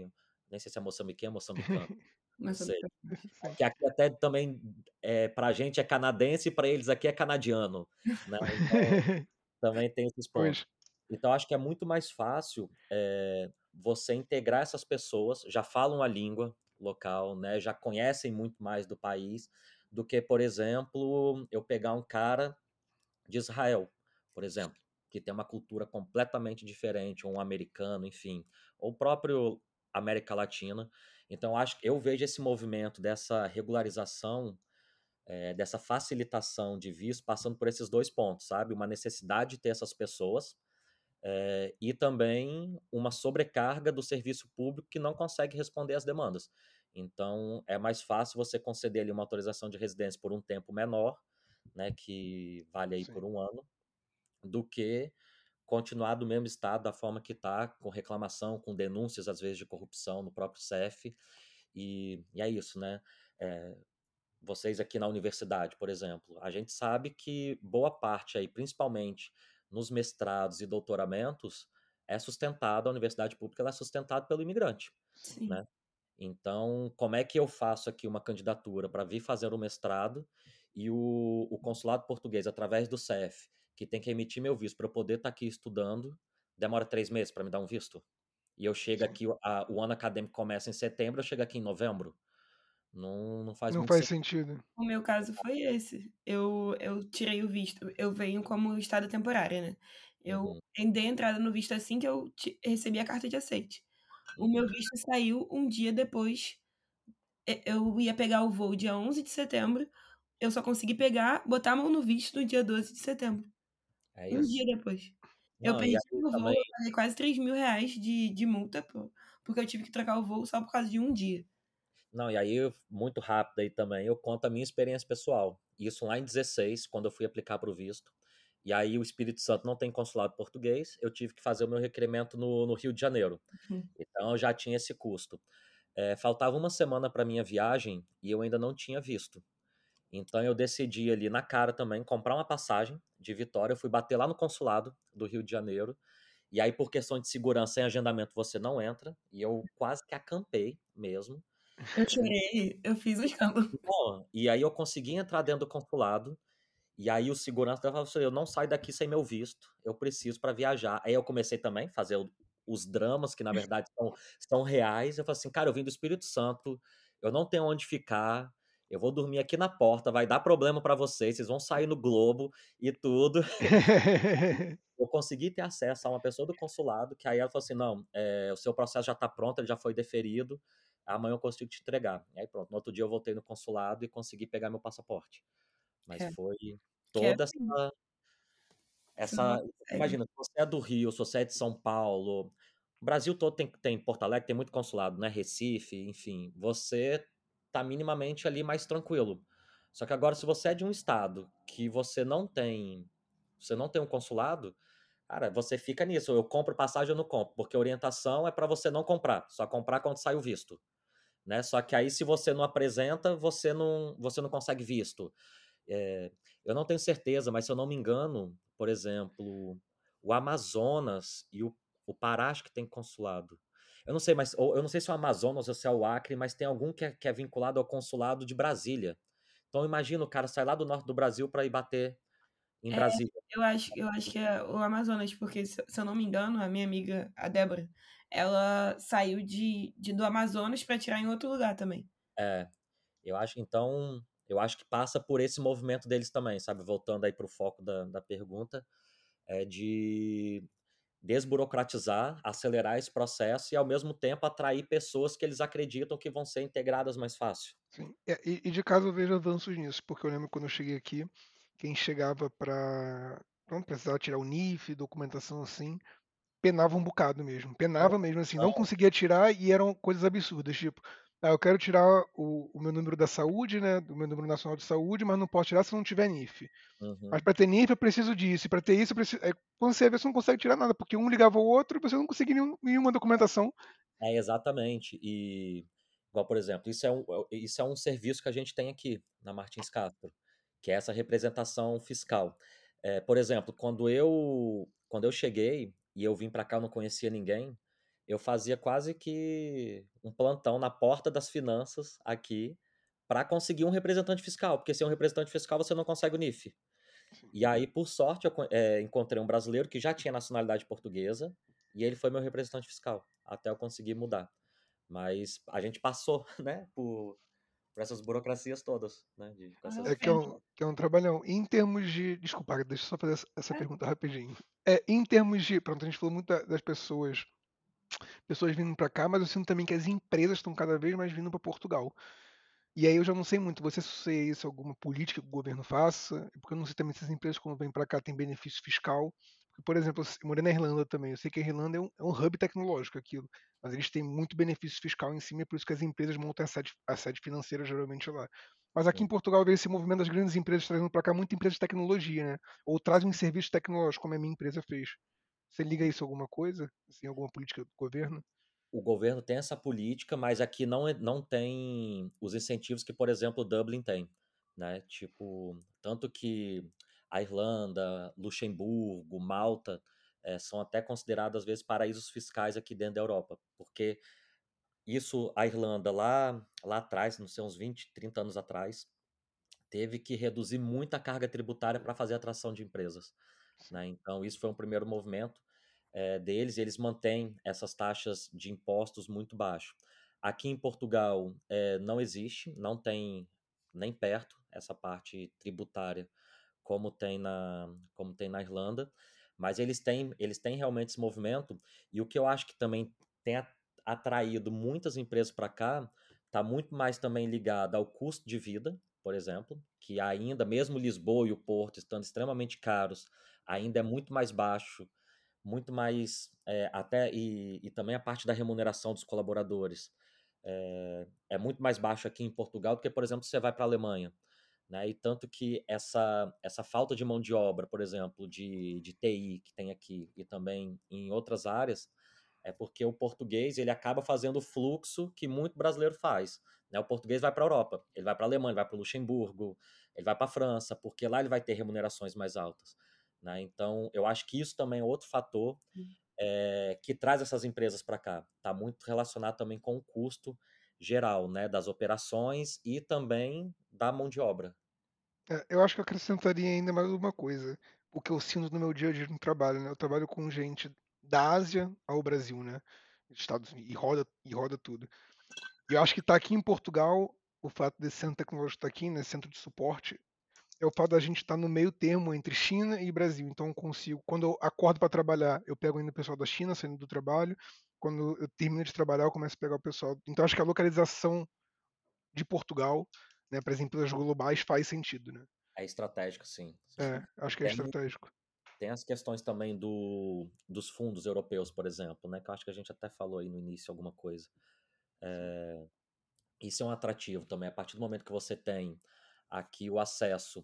nem sei se é moçambiquenho ou moçambicano, não Mas sei. Sim. Que aqui até também, é, pra gente é canadense e pra eles aqui é canadiano, né, então também tem esses pontos. Pois. Então acho que é muito mais fácil, eh, você integrar essas pessoas, já falam a língua local, né, já conhecem muito mais do país, do que, por exemplo, eu pegar um cara de Israel, por exemplo, que tem uma cultura completamente diferente, ou um americano, enfim, ou o próprio América Latina. Então acho que eu vejo esse movimento dessa regularização, eh, dessa facilitação de visto passando por esses dois pontos, sabe, uma necessidade de ter essas pessoas, eh, e também uma sobrecarga do serviço público que não consegue responder às demandas. Então é mais fácil você conceder ali uma autorização de residência por um tempo menor, né, que vale aí por Sim. um ano, do que continuar do mesmo estado, da forma que está, com reclamação, com denúncias, às vezes, de corrupção no próprio C E F. E, e é isso, né? É, vocês aqui na universidade, por exemplo, a gente sabe que boa parte aí, principalmente nos mestrados e doutoramentos, é sustentada, a universidade pública ela é sustentada pelo imigrante, Sim. né? Então, como é que eu faço aqui uma candidatura para vir fazer o mestrado e o, o consulado português, através do C E F, que tem que emitir meu visto para eu poder estar aqui estudando, demora três meses para me dar um visto? E eu chego Sim. aqui, a- o ano acadêmico começa em setembro, eu chego aqui em novembro? Não, não faz Não muito faz sentido. sentido. O meu caso foi esse. Eu eu tirei o visto. Eu venho como estado temporária, né. Eu Uhum, en dei entrada no visto assim que eu ti recebi a carta de aceite. O meu uhum. visto saiu um dia depois. E eu ia pegar o voo dia onze de setembro, eu só consegui pegar, botar a mão no visto no dia doze de setembro, É um dia isso. depois. Eu Não, e perdi aí o também. voo, eu paguei quase três mil reais de de multa por porque eu tive que trocar o voo só por causa de um dia. Não, e aí, eu- muito rápido aí também, eu conto a minha experiência pessoal. Isso lá em dezesseis, quando eu fui aplicar para o visto. E aí o Espírito Santo não tem consulado português, eu tive que fazer o meu requerimento no, no Rio de Janeiro. Hum. Então eu já tinha esse custo. É, faltava uma semana para minha viagem e eu ainda não tinha visto. Então eu decidi ali na cara também comprar uma passagem de Vitória. Eu fui bater lá no consulado do Rio de Janeiro. E aí, por questão de segurança, sem agendamento, você não entra. E eu quase que acampei mesmo. Eu chorei, eu fiz o escândalo. Bom, e aí eu consegui entrar dentro do consulado, e aí o segurança falou assim: "Eu não saio daqui sem meu visto, eu preciso para viajar". Aí eu comecei também a fazer o os dramas que na verdade são são reais, eu falei assim: "Cara, eu vim do Espírito Santo, eu não tenho onde ficar, eu vou dormir aqui na porta, vai dar problema para vocês, vocês vão sair no Globo e tudo". Eu consegui ter acesso a uma pessoa do consulado, que aí ela falou assim: "Não, eh, o seu processo já está pronto, ele já foi deferido, amanhã eu consigo te entregar". E aí pronto, no outro dia eu voltei no consulado e consegui pegar meu passaporte. Mas É, foi que é toda assim, essa você não essa consegue. imagina, se você é do Rio, se você é de São Paulo, o Brasil todo tem tem Porto Alegre, tem muito consulado, né, Recife, enfim, você tá minimamente ali mais tranquilo. Só que agora se você é de um estado que você não tem você não tem um consulado, cara, você fica nisso, eu compro passagem ou não compro, porque a orientação é para você não comprar, só comprar quando sai o visto, né. Só que aí se você não apresenta, você não você não consegue visto. Eh, eu não tenho certeza, mas se eu não me engano, por exemplo, o Amazonas e o o Pará acho que tem consulado. Eu não sei, mas ou eu não sei se é o Amazonas ou se é o Acre, mas tem algum que é que é vinculado ao consulado de Brasília. Então imagina, o cara sai lá do norte do Brasil para ir bater em É, Brasília. eu acho eu acho que é o Amazonas, porque se se eu não me engano, a minha amiga, a Débora, ela saiu de de do Amazonas pra tirar em outro lugar também. É, eu acho então, eu acho que passa por esse movimento deles também, sabe, voltando aí para o foco da da pergunta, é de desburocratizar, acelerar esse processo e, ao mesmo tempo, atrair pessoas que eles acreditam que vão ser integradas mais fácil. Sim. É, e e de casa eu vejo avanços nisso, porque eu lembro quando eu cheguei aqui, quem chegava para não precisava tirar o N I F, documentação assim, penava um bocado mesmo, penava mesmo, assim, não Não. conseguia tirar e eram coisas absurdas, tipo, ah, eu quero tirar o o meu número da saúde, né, do meu número nacional de saúde, mas não posso tirar se não tiver N I F. Mas Uhum. para ter N I F eu preciso disso, e para ter isso eu preciso aí quando você vê você não consegue tirar nada, porque um ligava ao outro e você não conseguia nenhum nenhuma documentação. É, exatamente. E, igual, por exemplo, isso é um, isso é um serviço que a gente tem aqui na Martins Castro, que é essa representação fiscal. É, por exemplo, quando eu, quando eu cheguei e eu vim para cá, eu não conhecia ninguém, eu fazia quase que um plantão na porta das finanças aqui para conseguir um representante fiscal, porque sem um representante fiscal você não consegue o N I F. Sim. E aí, por sorte, eu é, encontrei um brasileiro que já tinha nacionalidade portuguesa e ele foi meu representante fiscal, até eu conseguir mudar. Mas a gente passou, né, por, por essas burocracias todas, né, de, com essas Ah, É que é dificuldades. um, que é um trabalhão. Em termos de. Desculpa, deixa eu só fazer essa, essa é. pergunta rapidinho. É, em termos de. Pronto, a gente falou muito da- das pessoas, pessoas vindo para cá, mas eu sinto também que as empresas estão cada vez mais vindo para Portugal. E aí eu já não sei muito, você associa isso a alguma política que o governo faça? Porque eu não sei também se as empresas quando vêm para cá têm benefício fiscal. Porque, por exemplo, eu morei na Irlanda também, eu sei que a Irlanda é um, é um hub tecnológico aquilo, mas eles têm muito benefício fiscal em cima, e é por isso que as empresas montam a sede, a sede financeira geralmente lá. Mas aqui em Hum. Portugal eu vejo esse movimento das grandes empresas trazendo para cá muita empresa de tecnologia, né? Ou trazem um serviço tecnológico, como a minha empresa fez. Você liga isso a alguma coisa? Assim, alguma política do governo? O governo tem essa política, mas aqui não, é- não tem os incentivos que, por exemplo, o Dublin tem, né? Tipo, tanto que a Irlanda, Luxemburgo, Malta, eh, são até considerados, às vezes, paraísos fiscais aqui dentro da Europa, porque isso, a Irlanda, lá, lá atrás, não sei, uns vinte, trinta anos atrás, teve que reduzir muito a carga tributária para fazer atração de empresas, Sim. né? Então, isso foi um primeiro movimento eh, deles, e eles mantêm essas taxas de impostos muito baixo. Aqui em Portugal eh, não existe, não tem nem perto essa parte tributária como tem na, como tem na Irlanda, mas eles têm, eles têm realmente esse movimento, e o que eu acho que também tem a- atraído muitas empresas para cá, está muito mais também ligado ao custo de vida, por exemplo, que ainda, mesmo Lisboa e o Porto estando extremamente caros, ainda é muito mais baixo, muito mais, é, até, e, e também a parte da remuneração dos colaboradores é, é muito mais baixo aqui em Portugal do que, por exemplo, você vai para a Alemanha, né? E tanto que essa, essa falta de mão de obra, por exemplo, de, de T I que tem aqui e também em outras áreas, é porque o português ele acaba fazendo o fluxo que muito brasileiro faz. Né? O português vai para a Europa, ele vai para a Alemanha, ele vai para o Luxemburgo, ele vai para a França, porque lá ele vai ter remunerações mais altas. Né? Então, eu acho que isso também é outro fator é, que traz essas empresas para cá. Está muito relacionado também com o custo geral, né, das operações e também da mão de obra. É, eu acho que eu acrescentaria ainda mais uma coisa, o que eu sinto no meu dia a dia no trabalho, né? Eu trabalho com gente da Ásia ao Brasil, né? Estados Unidos, e roda, e roda tudo. E eu acho que tá aqui em Portugal, o fato desse centro tecnológico estar aqui, né? Centro de suporte, é o fato da gente estar no meio termo entre China e Brasil. Então eu consigo, quando eu acordo para trabalhar, eu pego ainda o pessoal da China saindo do trabalho. Quando eu termino de trabalhar, eu começo a pegar o pessoal. Então acho que a localização de Portugal, né, para as empresas globais faz sentido, né? É estratégico, sim. sim. É, acho que é Tem, estratégico. tem as questões também do, dos fundos europeus, por exemplo, né, que eu acho que a gente até falou aí no início alguma coisa. Sim. Isso é um atrativo também. A partir do momento que você tem aqui o acesso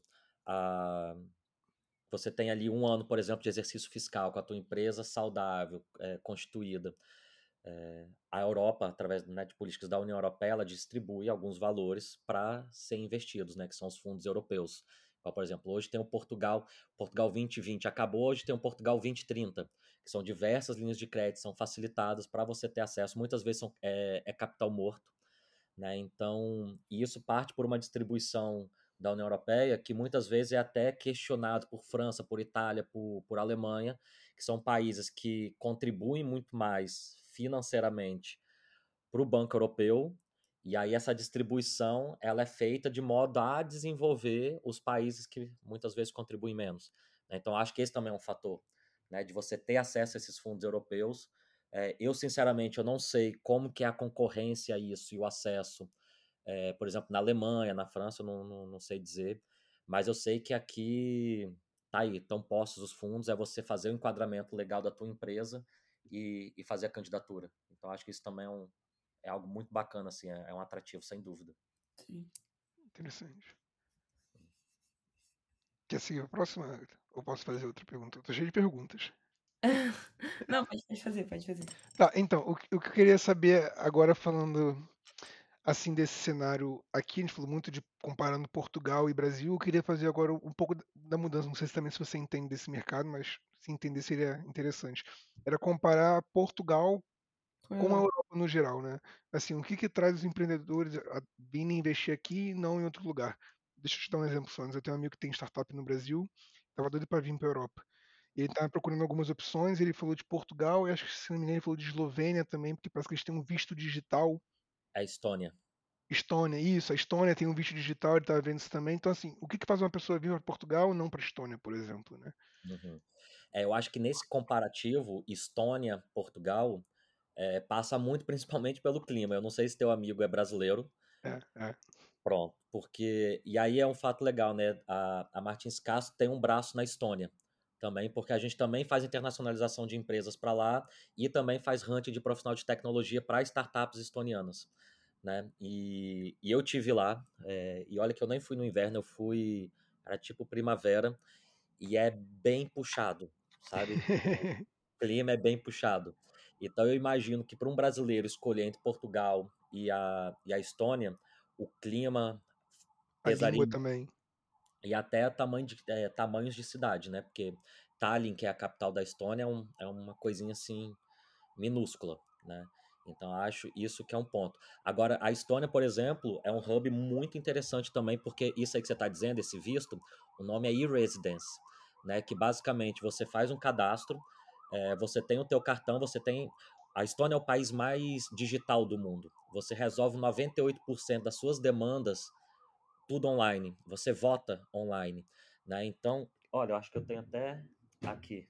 a. Você tem ali um ano, por exemplo, de exercício fiscal com a tua empresa saudável, é, constituída. É, a Europa, através, né, de políticas da União Europeia, ela distribui alguns valores para serem investidos, né, que são os fundos europeus. Então, por exemplo, hoje tem o Portugal, Portugal vinte vinte acabou, hoje tem o Portugal vinte trinta, que são diversas linhas de crédito, são facilitadas para você ter acesso. Muitas vezes são, é, é capital morto, né? Então, e isso parte por uma distribuição da União Europeia que muitas vezes é até questionado por França, por Itália, por, por Alemanha, que são países que contribuem muito mais financeiramente para o Banco Europeu, e aí essa distribuição ela é feita de modo a desenvolver os países que muitas vezes contribuem menos. Né? Então, acho que esse também é um fator, né, de você ter acesso a esses fundos europeus. É, eu, sinceramente, eu não sei como que é a concorrência a isso e o acesso, é, por exemplo, na Alemanha, na França, eu não, não, não sei dizer, mas eu sei que aqui tá aí, estão postos os fundos, é você fazer o enquadramento legal da tua empresa e, e fazer a candidatura. Então, acho que isso também é, um, é algo muito bacana, assim, é, é um atrativo, sem dúvida. Sim. Interessante. Quer seguir a próxima? Ou posso fazer outra pergunta? Eu tô cheio de perguntas. Não, pode, pode fazer, pode fazer. Tá, então, o, que o que eu queria saber agora falando assim desse cenário aqui, a gente falou muito de comparando Portugal e Brasil, eu queria fazer agora um pouco da mudança, não sei se também se você entende desse mercado, mas se entender seria interessante. Era comparar Portugal como a Legal. Europa no geral, né. Assim, o que que traz os empreendedores a virem investir aqui e não em outro lugar? Deixa eu te dar um exemplo só, antes eu tenho um amigo que tem startup no Brasil, estava doido para vir para a Europa. E ele estava procurando algumas opções, ele falou de Portugal e acho que, se não me engano, ele falou de Eslovênia também, porque parece que eles têm um visto digital. É a Estônia. Estônia, isso, a Estônia tem um visto digital, ele estava vendo isso também. Então, assim, o que que faz uma pessoa vir para Portugal e não para Estônia, por exemplo, né? Uhum. É, eu acho que nesse comparativo, Estônia, Portugal, é, passa muito principalmente pelo clima. Eu não sei se teu amigo é brasileiro. É, é. Pronto, porque. E aí é um fato legal, né? A, a Martins Castro tem um braço na Estônia também, porque a gente também faz internacionalização de empresas para lá e também faz hunting de profissional de tecnologia para startups estonianas, né? E, e eu tive lá, é, e olha que eu nem fui no inverno, eu fui, era tipo primavera, e é bem puxado, sabe? O clima é bem puxado. Então eu imagino que para um brasileiro escolher entre Portugal e a, e a Estônia, o clima A língua pesaria também. e até tamanho de, é, tamanhos de cidade, né? Porque Tallinn, que é a capital da Estônia, é, um, é uma coisinha assim minúscula, né? Então acho isso que é um ponto. Agora, a Estônia, por exemplo, é um hub muito interessante também, porque isso aí que você está dizendo, esse visto, o nome é e-residence, né? Que basicamente você faz um cadastro, é, você tem o teu cartão, você tem. A Estônia é o país mais digital do mundo. Você resolve noventa e oito por cento das suas demandas tudo online. Você vota online, né? Então, olha, eu acho que eu tenho até aqui.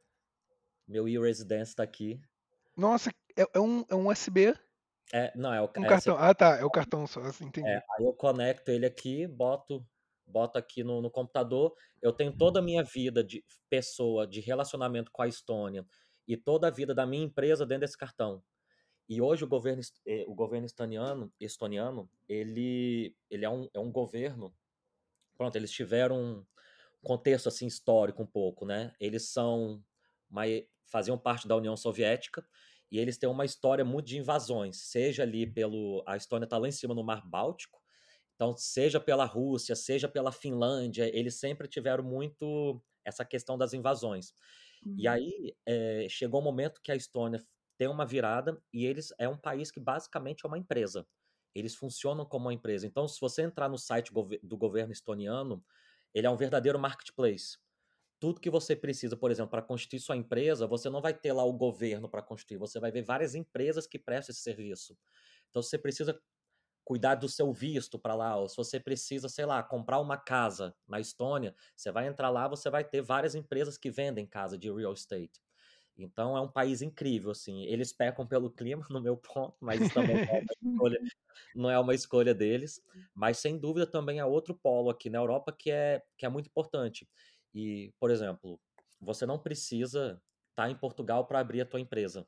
Meu e-residence está aqui. Nossa, é, é um, é um U S B, É, não, é, o, um é, cartão. Ah, tá, é o cartão só, assim, é, entendi. aí eu conecto ele aqui, boto, boto aqui no, no computador. Eu tenho toda a minha vida de pessoa, de relacionamento com a Estônia e toda a vida da minha empresa dentro desse cartão. E hoje o governo, est- eh, o governo estoniano, estoniano ele, ele é, um, é um governo. Pronto, eles tiveram um contexto assim histórico um pouco, né? Eles são uma, faziam parte da União Soviética e eles têm uma história muito de invasões, seja ali pelo a Estônia está lá em cima no Mar Báltico, então seja pela Rússia, seja pela Finlândia, eles sempre tiveram muito essa questão das invasões. E Uhum. aí é, chegou o um momento que a Estônia tem uma virada e eles é um país que basicamente é uma empresa. Eles funcionam como uma empresa. Então, se você entrar no site do governo estoniano, ele é um verdadeiro marketplace. Tudo que você precisa, por exemplo, para constituir sua empresa, você não vai ter lá o governo para constituir, você vai ver várias empresas que prestam esse serviço. Então, se você precisa cuidar do seu visto para lá, ou se você precisa, sei lá, comprar uma casa na Estônia, você vai entrar lá, você vai ter várias empresas que vendem casa de real estate. Então é um país incrível, assim. Eles pecam pelo clima, no meu ponto, mas isso também não é uma escolha, não é uma escolha deles. Mas sem dúvida também há outro polo aqui na Europa que é, que é muito importante. E, por exemplo, você não precisa estar em Portugal para abrir a tua empresa.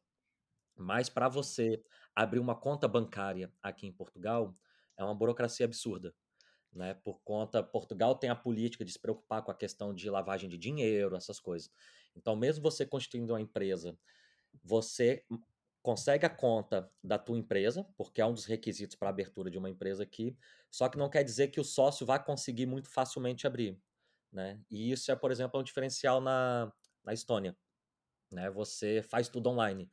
Mas para você abrir uma conta bancária aqui em Portugal, é uma burocracia absurda, né? Por conta, Portugal tem a política de se preocupar com a questão de lavagem de dinheiro, essas coisas. Então, mesmo você constituindo uma empresa, você consegue a conta da tua empresa, porque é um dos requisitos para a abertura de uma empresa aqui, só que não quer dizer que o sócio vai conseguir muito facilmente abrir, né? E isso é, por exemplo, um diferencial na, na Estônia, né? Você faz tudo online.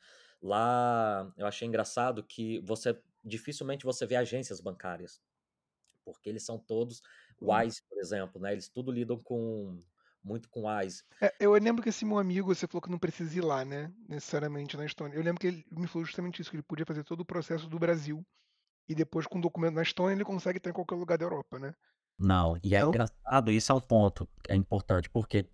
Lá eu achei engraçado que você dificilmente você vê agências bancárias, porque eles são todos Hum. Wise, por exemplo, né? Eles tudo lidam com muito com Wise. É, eu lembro que esse meu amigo, você falou que não precisa ir lá, né? Necessariamente na Estônia. Eu lembro que ele me falou justamente isso, que ele podia fazer todo o processo do Brasil. E depois, com o documento na Estônia, ele consegue estar em qualquer lugar da Europa, né? Não, e é Não? engraçado, isso é um ponto que é importante, porque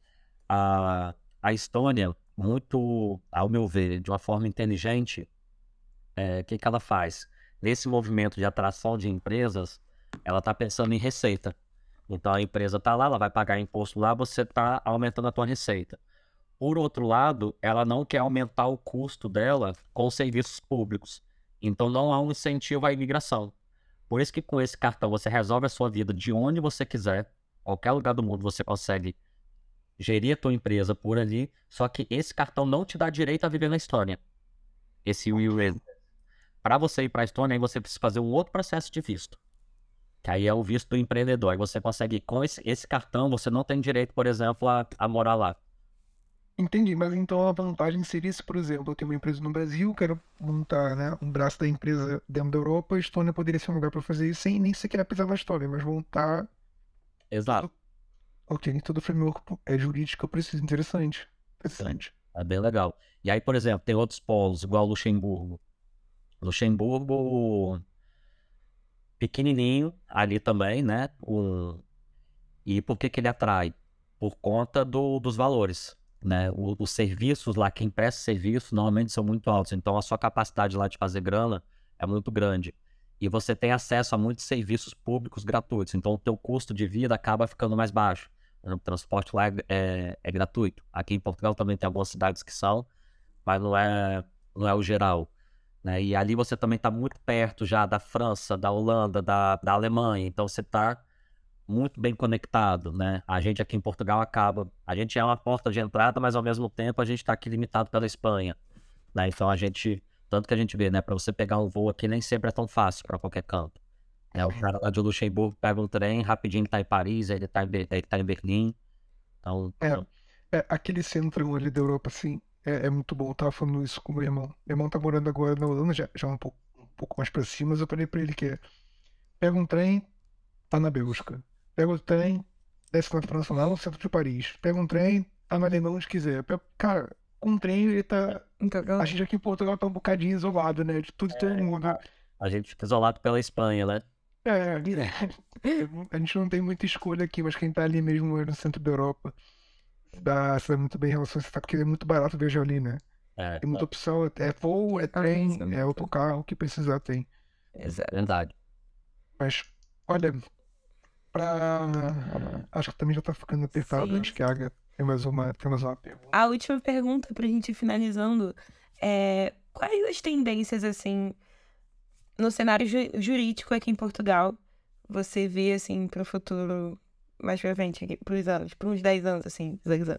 a, a Estônia, muito, ao meu ver, de uma forma inteligente, é, o que que ela faz? Nesse movimento de atração de empresas, ela está pensando em receita. Então a empresa está lá, ela vai pagar imposto lá, você está aumentando a tua receita. Por outro lado, ela não quer aumentar o custo dela com os serviços públicos. Então não há um incentivo à imigração. Por isso que com esse cartão você resolve a sua vida de onde você quiser, qualquer lugar do mundo você consegue gerir a tua empresa por ali, só que esse cartão não te dá direito a viver na Estônia. Esse e-residence. Para você ir para a Estônia, aí você precisa fazer um outro processo de visto, que aí é o visto do empreendedor. Aí você consegue, com esse, esse cartão, você não tem direito, por exemplo, a, a morar lá. Entendi, mas então a vantagem seria se, por exemplo, eu tenho uma empresa no Brasil, quero montar, né, um braço da empresa dentro da Europa, a Estônia poderia ser um lugar para fazer isso sem nem sequer pisar na Estônia, mas montar Exato. todo, ok, todo o framework é jurídico que eu preciso. Interessante. Interessante. É bem legal. E aí, por exemplo, tem outros polos, igual Luxemburgo. Luxemburgo, pequenininho ali também, né? Um, e por que que ele atrai? Por conta do, dos valores, né? O- os serviços lá, quem presta serviço, normalmente são muito altos. Então, a sua capacidade lá de fazer grana é muito grande. E você tem acesso a muitos serviços públicos gratuitos. Então, o teu custo de vida acaba ficando mais baixo. O transporte lá é, é, é gratuito. Aqui em Portugal também tem algumas cidades que são, mas não é, não é o geral, né? E ali você também está muito perto já da França, da Holanda, da, da Alemanha. Então, você está muito bem conectado, né? A gente aqui em Portugal acaba... A gente é uma porta de entrada, mas ao mesmo tempo a gente está aqui limitado pela Espanha, né? Então, a gente... Tanto que a gente vê, né? Para você pegar um voo aqui nem sempre é tão fácil para qualquer canto. É, o cara lá de Luxemburgo pega um trem, rapidinho tá em Paris, aí ele tá em, Be- ele tá em Berlim. Então, É, é, aquele centro ali da Europa, assim, é, é muito bom. Eu tava falando isso com o meu irmão. Meu irmão tá morando agora na Holanda, já, já um pouco, um pouco mais pra cima, mas eu falei pra ele que é, pega um trem, tá na Bélgica. Pega o trem, desce na França, lá no centro de Paris. Pega um trem, tá na Alemanha, onde quiser. Pega- cara, com um trem, ele tá... Então, A gente aqui em Portugal tá um bocadinho isolado, né? De tudo e todo mundo. a gente fica isolado pela Espanha, né? É, a gente não tem muita escolha aqui, mas quem tá ali mesmo no centro da Europa dá, sabe muito bem em relação a isso, porque é muito barato viajar ali, né? É, Tem muita opção, é voo, é trem, isso é muito é autocarro, o que precisar tem. é verdade. Mas, olha, pra... Acho que também já tá ficando apertado, Sim. acho que a Aga tem mais uma, tem mais uma pergunta. A última pergunta pra gente ir finalizando é quais as tendências, assim, no cenário ju- jurídico aqui em Portugal, você vê, assim, pro futuro mais pra frente, aqui, pros anos, por uns dez anos, assim, visualizando?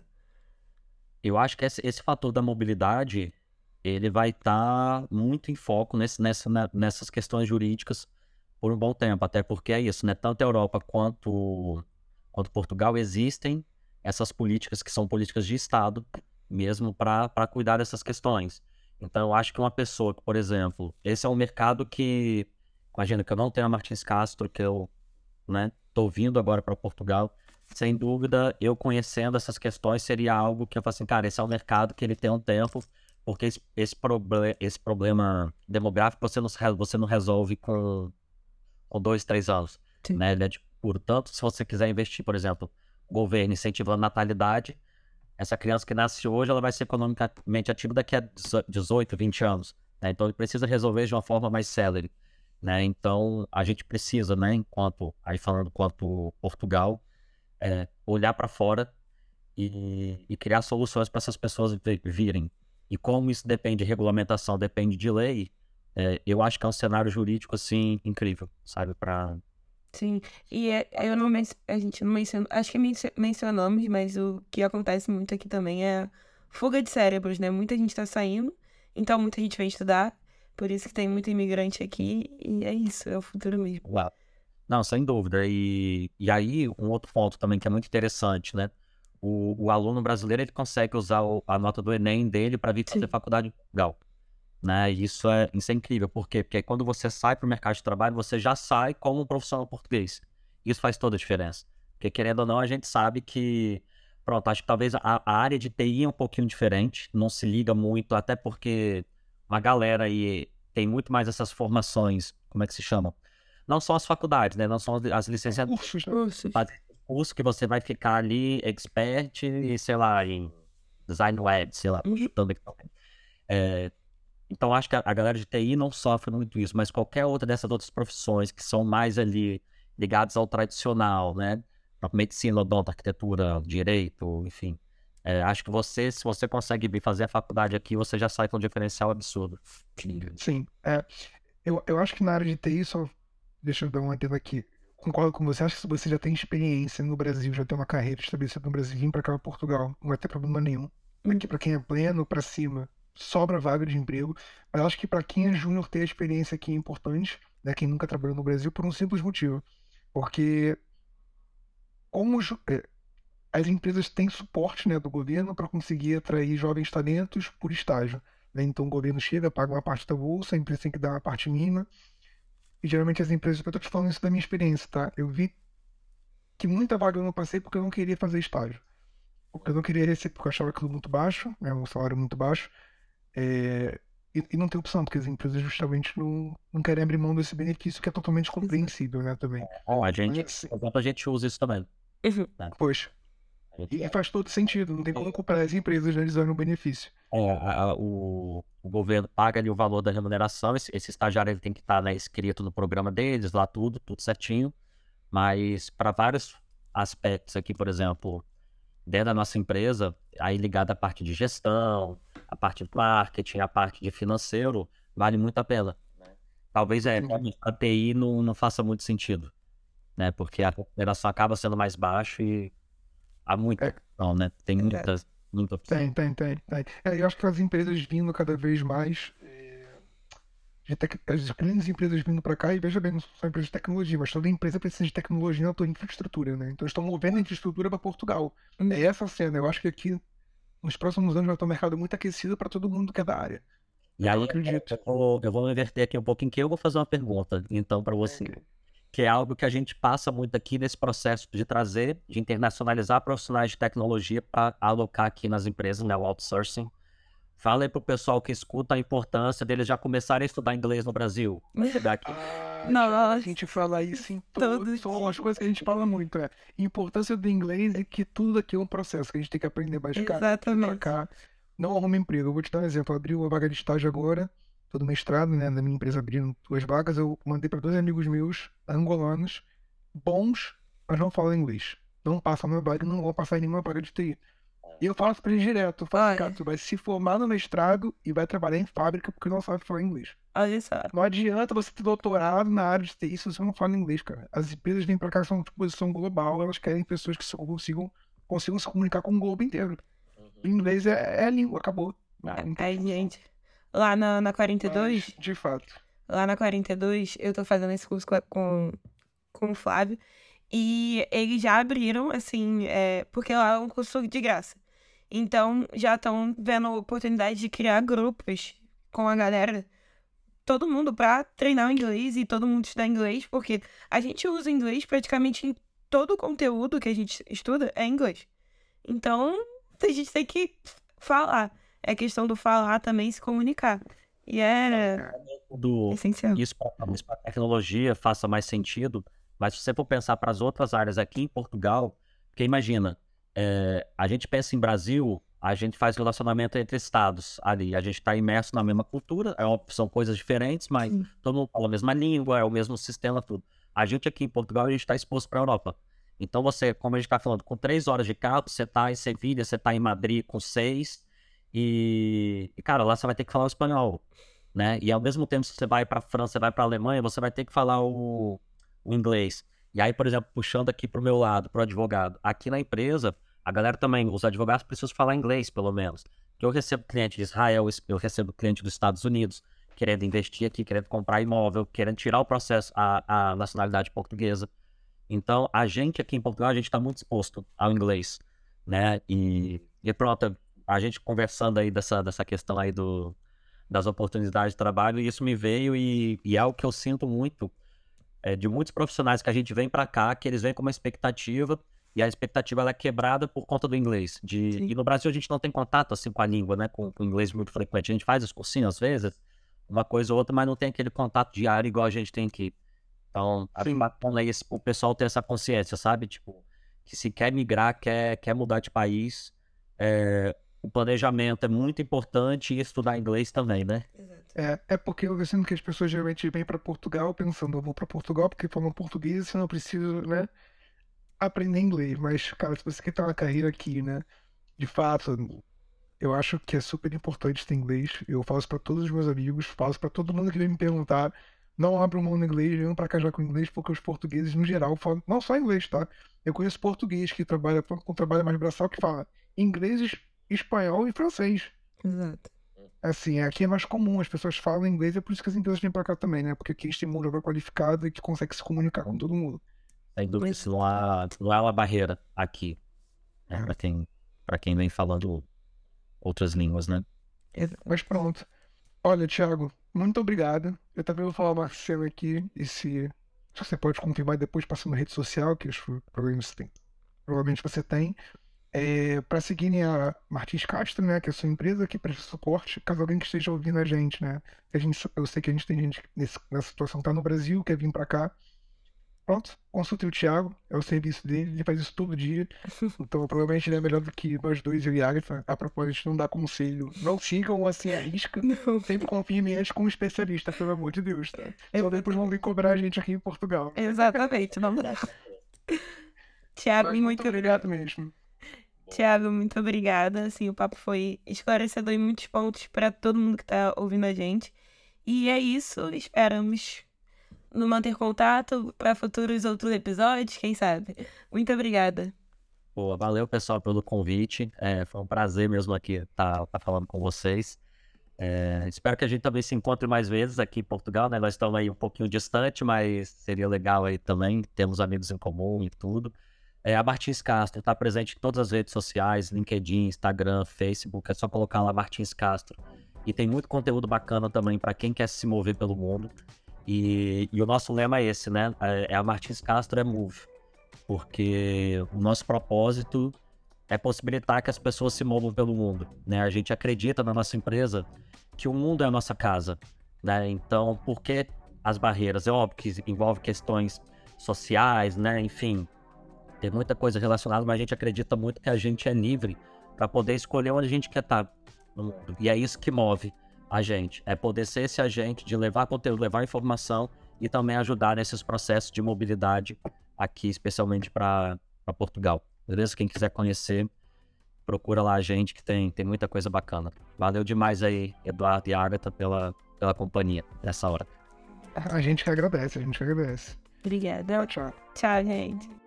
Eu acho que esse, esse fator da mobilidade, ele vai estar muito em foco nesse, nessa, né, nessas questões jurídicas por um bom tempo, até porque é isso, né? Tanto a Europa quanto, quanto Portugal existem essas políticas que são políticas de Estado, mesmo para para cuidar dessas questões. Então, eu acho que uma pessoa que, por exemplo, esse é um mercado que, imagina que eu não tenho a Martins Castro, que eu, né, tô vindo agora para Portugal. Sem dúvida, eu conhecendo essas questões seria algo que eu falo assim, cara, esse é um mercado que ele tem um tempo, porque esse, esse, proble esse problema demográfico você não, se re- você não resolve com, com dois, três anos, Sim. né? Ele é de, portanto, se você quiser investir, por exemplo, o governo incentivando a natalidade, essa criança que nasce hoje, ela vai ser economicamente ativa daqui a dezoito, vinte anos, né? Então, ele precisa resolver de uma forma mais célere, né? Então, a gente precisa, né, enquanto, aí falando quanto Portugal, é, olhar para fora e, e criar soluções para essas pessoas vi- virem. E como isso depende de regulamentação, depende de lei, é, eu acho que é um cenário jurídico, assim, incrível, sabe? Para Sim, e é, eu não, men- a gente não mencionou, acho que mencio- mencionamos, mas o que acontece muito aqui também é fuga de cérebros, né? Muita gente tá saindo, então muita gente vem estudar, por isso que tem muito imigrante aqui, e é isso, é o futuro mesmo. Uau. Não, sem dúvida. E, e aí, um outro ponto também que é muito interessante, né? O, o aluno brasileiro, ele consegue usar o- a nota do Enem dele para vir fazer Sim. faculdade em Portugal, né? E isso é, isso é incrível. Por quê? Porque aí quando você sai para o mercado de trabalho, você já sai como um profissional português. Isso faz toda a diferença. Porque, querendo ou não, a gente sabe que... Pronto, acho que talvez a, a área de T I é um pouquinho diferente. Não se liga muito, até porque uma galera aí tem muito mais essas formações, como é que se chama? Não são as faculdades, né? Não são as, as licenciaturas. Cursos, né? Cursos. Fazer curso que você vai ficar ali expert e, sei lá, em design web, sei lá, Uhum. chutando aqui. É, então, acho que a, a galera de T I não sofre muito isso, mas qualquer outra dessas outras profissões que são mais ali ligadas ao tradicional, né? A medicina, odonto, arquitetura, direito, enfim. É, acho que você, se você consegue vir fazer a faculdade aqui, você já sai com um diferencial absurdo. Sim, é. Eu, eu acho que na área de T I, só deixa eu dar um adendo aqui. Concordo com você, acho que se você já tem experiência no Brasil, já tem uma carreira estabelecida no Brasil, vir pra cá, pra Portugal, não vai ter problema nenhum. Aqui, pra quem é pleno, pra cima, sobra vaga de emprego. Mas eu acho que pra quem é júnior, ter a experiência aqui é importante, né? Quem nunca trabalhou no Brasil, por um simples motivo. Porque, como ju- é, as empresas têm suporte, né, do governo para conseguir atrair jovens talentos por estágio, né? Então o governo chega, paga uma parte da bolsa, a empresa tem que dar uma parte mínima. E geralmente as empresas, eu tô te falando isso da minha experiência, tá? Eu vi que muita vaga eu não passei porque eu não queria fazer estágio. Porque eu não queria receber, porque eu achava aquilo muito baixo, né? Um salário muito baixo. É, E, e não tem opção, porque as empresas justamente não, não querem abrir mão desse benefício que é totalmente compreensível, né, também. Bom, a gente, Mas assim, por exemplo, a gente usa isso também. Uhum. Né? poxa, A gente, e, e faz todo sentido, não tem como comparar as empresas, né, eles dando o benefício. é, a- a- o, o governo paga ali o valor da remuneração, esse, esse estagiário ele tem que estar, né, escrito no programa deles, lá tudo, tudo certinho. Mas para vários aspectos aqui, por exemplo, dentro da nossa empresa, aí ligado à parte de gestão, a parte de marketing, a parte de financeiro, vale muito a pena. Né? Talvez é, Sim. realmente, a T I não, não faça muito sentido, né? Porque a remuneração acaba sendo mais baixa e há muita É. opção, né? Tem muitas, muita opção. Tem, tem, tem, tem. É, eu acho que as empresas vindo cada vez mais, é, de tec- as grandes empresas vindo para cá, e veja bem, não são empresas de tecnologia, mas toda empresa precisa de tecnologia na tua infraestrutura, né? Então estão movendo a infraestrutura para Portugal. Hum. É essa a cena. Eu acho que aqui, nos próximos anos, vai ter um mercado muito aquecido para todo mundo que é da área. E aí, Eu acredito. eu vou, eu vou inverter aqui um pouquinho, que eu vou fazer uma pergunta, então, para você. Ok. Que é algo que a gente passa muito aqui nesse processo de trazer, de internacionalizar profissionais de tecnologia para alocar aqui nas empresas, né, o outsourcing. Fala aí pro pessoal que escuta a importância deles já começarem a estudar inglês no Brasil. Chegar aqui. Ah, Não, cara, a nossa. gente fala isso em Todo todos, são umas coisas que a gente fala muito, é. A importância do inglês é que tudo aqui é um processo, que a gente tem que aprender mais cá, pra Exatamente. cá. Não arruma emprego. Eu vou te dar um exemplo. Eu abri uma vaga de estágio agora, todo mestrado, né, na minha empresa abrindo duas vagas, eu mandei para dois amigos meus, angolanos, bons, mas não falam inglês. Não passam na vaga, não vão passar em nenhuma vaga de T I. E eu falo isso pra eles direto, eu falo, Olha. cara, tu vai se formar no mestrado e vai trabalhar em fábrica porque não sabe falar inglês. Olha só. Não adianta você ter doutorado na área de T I se você não fala inglês, cara. As empresas vêm pra cá que são de posição global, elas querem pessoas que só consigam, consigam se comunicar com o globo inteiro. O inglês é, é a língua, acabou. Não tem Aí, discussão. gente, lá na, na quarenta e Mas, dois, de fato. lá na quarenta e dois, eu tô fazendo esse curso com, a- com, com o Flávio. E eles já abriram, assim, é, porque lá é um curso de graça. Então, já estão vendo a oportunidade de criar grupos com a galera, todo mundo, pra treinar o inglês e todo mundo estudar inglês, porque a gente usa inglês praticamente em todo o conteúdo que a gente estuda é inglês. Então, a gente tem que falar. É questão do falar também, se comunicar. E é Do, essencial. isso para a tecnologia faça mais sentido, mas se você for pensar para as outras áreas aqui em Portugal, porque imagina, é, a gente pensa em Brasil, a gente faz relacionamento entre estados ali, a gente está imerso na mesma cultura, é uma- são coisas diferentes, mas Sim. todo mundo fala a mesma língua, é o mesmo sistema, tudo. A gente aqui em Portugal, a gente está exposto para a Europa. Então você, como a gente está falando, com três horas de carro, você está em Sevilha, você está em Madrid com seis, e, e, cara, lá você vai ter que falar o espanhol, né? E ao mesmo tempo, se você vai para a França, você vai para a Alemanha, você vai ter que falar o, o inglês. E aí, por exemplo, puxando aqui para o meu lado, para o advogado, aqui na empresa, a galera também, os advogados precisam falar inglês, pelo menos. Porque eu recebo cliente de Israel, eu recebo cliente dos Estados Unidos, querendo investir aqui, querendo comprar imóvel, querendo tirar o processo, a, a nacionalidade portuguesa. Então, a gente aqui em Portugal, a gente está muito exposto ao inglês, né? E, e pronto, a gente conversando aí dessa, dessa questão aí do, das oportunidades de trabalho, e isso me veio e, e é algo que eu sinto muito é, de muitos profissionais que a gente vem para cá, que eles vêm com uma expectativa, e a expectativa ela é quebrada por conta do inglês. De, Sim. e no Brasil a gente não tem contato assim com a língua, né? Com, com o inglês muito frequente. A gente faz os cursinhos às vezes, uma coisa ou outra, mas não tem aquele contato diário igual a gente tem aqui. Então, acho Sim. bacana aí esse- o pessoal ter essa consciência, sabe? Tipo, que se quer migrar, quer, quer mudar de país, é, o planejamento é muito importante e estudar inglês também, né? Exato. É, é porque eu sinto que as pessoas geralmente vêm para Portugal pensando, eu vou para Portugal porque falam português, eu não preciso, né, aprender inglês. Mas, cara, se você quer ter uma carreira aqui, né, de fato, eu acho que é super importante ter inglês. Eu falo isso para todos os meus amigos, falo para todo mundo que vem me perguntar. Não abram mão no inglês, venham para cá já com inglês, porque os portugueses, no geral, falam, não só inglês, tá? Eu conheço português que trabalha com trabalho mais braçal que fala inglês, es- espanhol e francês. Exato. Assim, aqui é mais comum, as pessoas falam inglês, é por isso que as empresas vêm pra cá também, né? Porque aqui a gente tem mão de obra qualificada e que consegue se comunicar com todo mundo. Sem dúvida, isso não há, não há uma barreira aqui. né, para quem, para quem vem falando outras línguas, né? Mas pronto. Olha, Thiago, muito obrigado. Eu também vou falar uma cena aqui, e se, se você pode confirmar depois passando na rede social, que os programas tem, provavelmente você tem, é, para seguirem a Martins Castro, né, que é a sua empresa que presta suporte, caso alguém que esteja ouvindo a gente, né? A gente, eu sei que a gente tem gente nesse, nessa situação, tá no Brasil, quer vir para cá. Pronto, consulte o Thiago, é o serviço dele, ele faz isso todo dia. Então, provavelmente ele é melhor do que nós dois, eu e a Agatha. A propósito, não dá conselho. Não sigam assim a risca. Não. Sempre confirmem antes com um especialista, pelo amor de Deus, tá? Só depois vão vir cobrar a gente aqui em Portugal. Exatamente, não dá. Thiago, Mas muito, muito obrigado mesmo. Thiago, muito obrigada. Assim, o papo foi esclarecedor em muitos pontos para todo mundo que tá ouvindo a gente. E é isso, esperamos nos manter contato para futuros outros episódios, quem sabe. Muito obrigada. Pô, valeu, pessoal, pelo convite. É, foi um prazer mesmo aqui estar tá, tá falando com vocês. É, espero que a gente também se encontre mais vezes aqui em Portugal, né? Nós estamos aí um pouquinho distante, mas seria legal aí também. Temos amigos em comum e tudo. É, a Martins Castro está presente em todas as redes sociais, LinkedIn, Instagram, Facebook. É só colocar lá Martins Castro. E tem muito conteúdo bacana também para quem quer se mover pelo mundo. E, e o nosso lema é esse, né? É, é a Martins Castro é Move. Porque o nosso propósito é possibilitar que as pessoas se movam pelo mundo, né? A gente acredita na nossa empresa que o mundo é a nossa casa, né? Então, por que as barreiras? É óbvio que envolve questões sociais, né? Enfim, tem muita coisa relacionada, mas a gente acredita muito que a gente é livre para poder escolher onde a gente quer estar no mundo. E é isso que move a gente, é poder ser esse agente de levar conteúdo, levar informação e também ajudar nesses processos de mobilidade aqui, especialmente para Portugal. Beleza? Quem quiser conhecer, procura lá a gente que tem, tem muita coisa bacana. Valeu demais aí, Eduardo e Agatha, pela, pela companhia nessa hora. A gente que agradece, a gente que agradece. Obrigada. Tchau. Tchau, gente.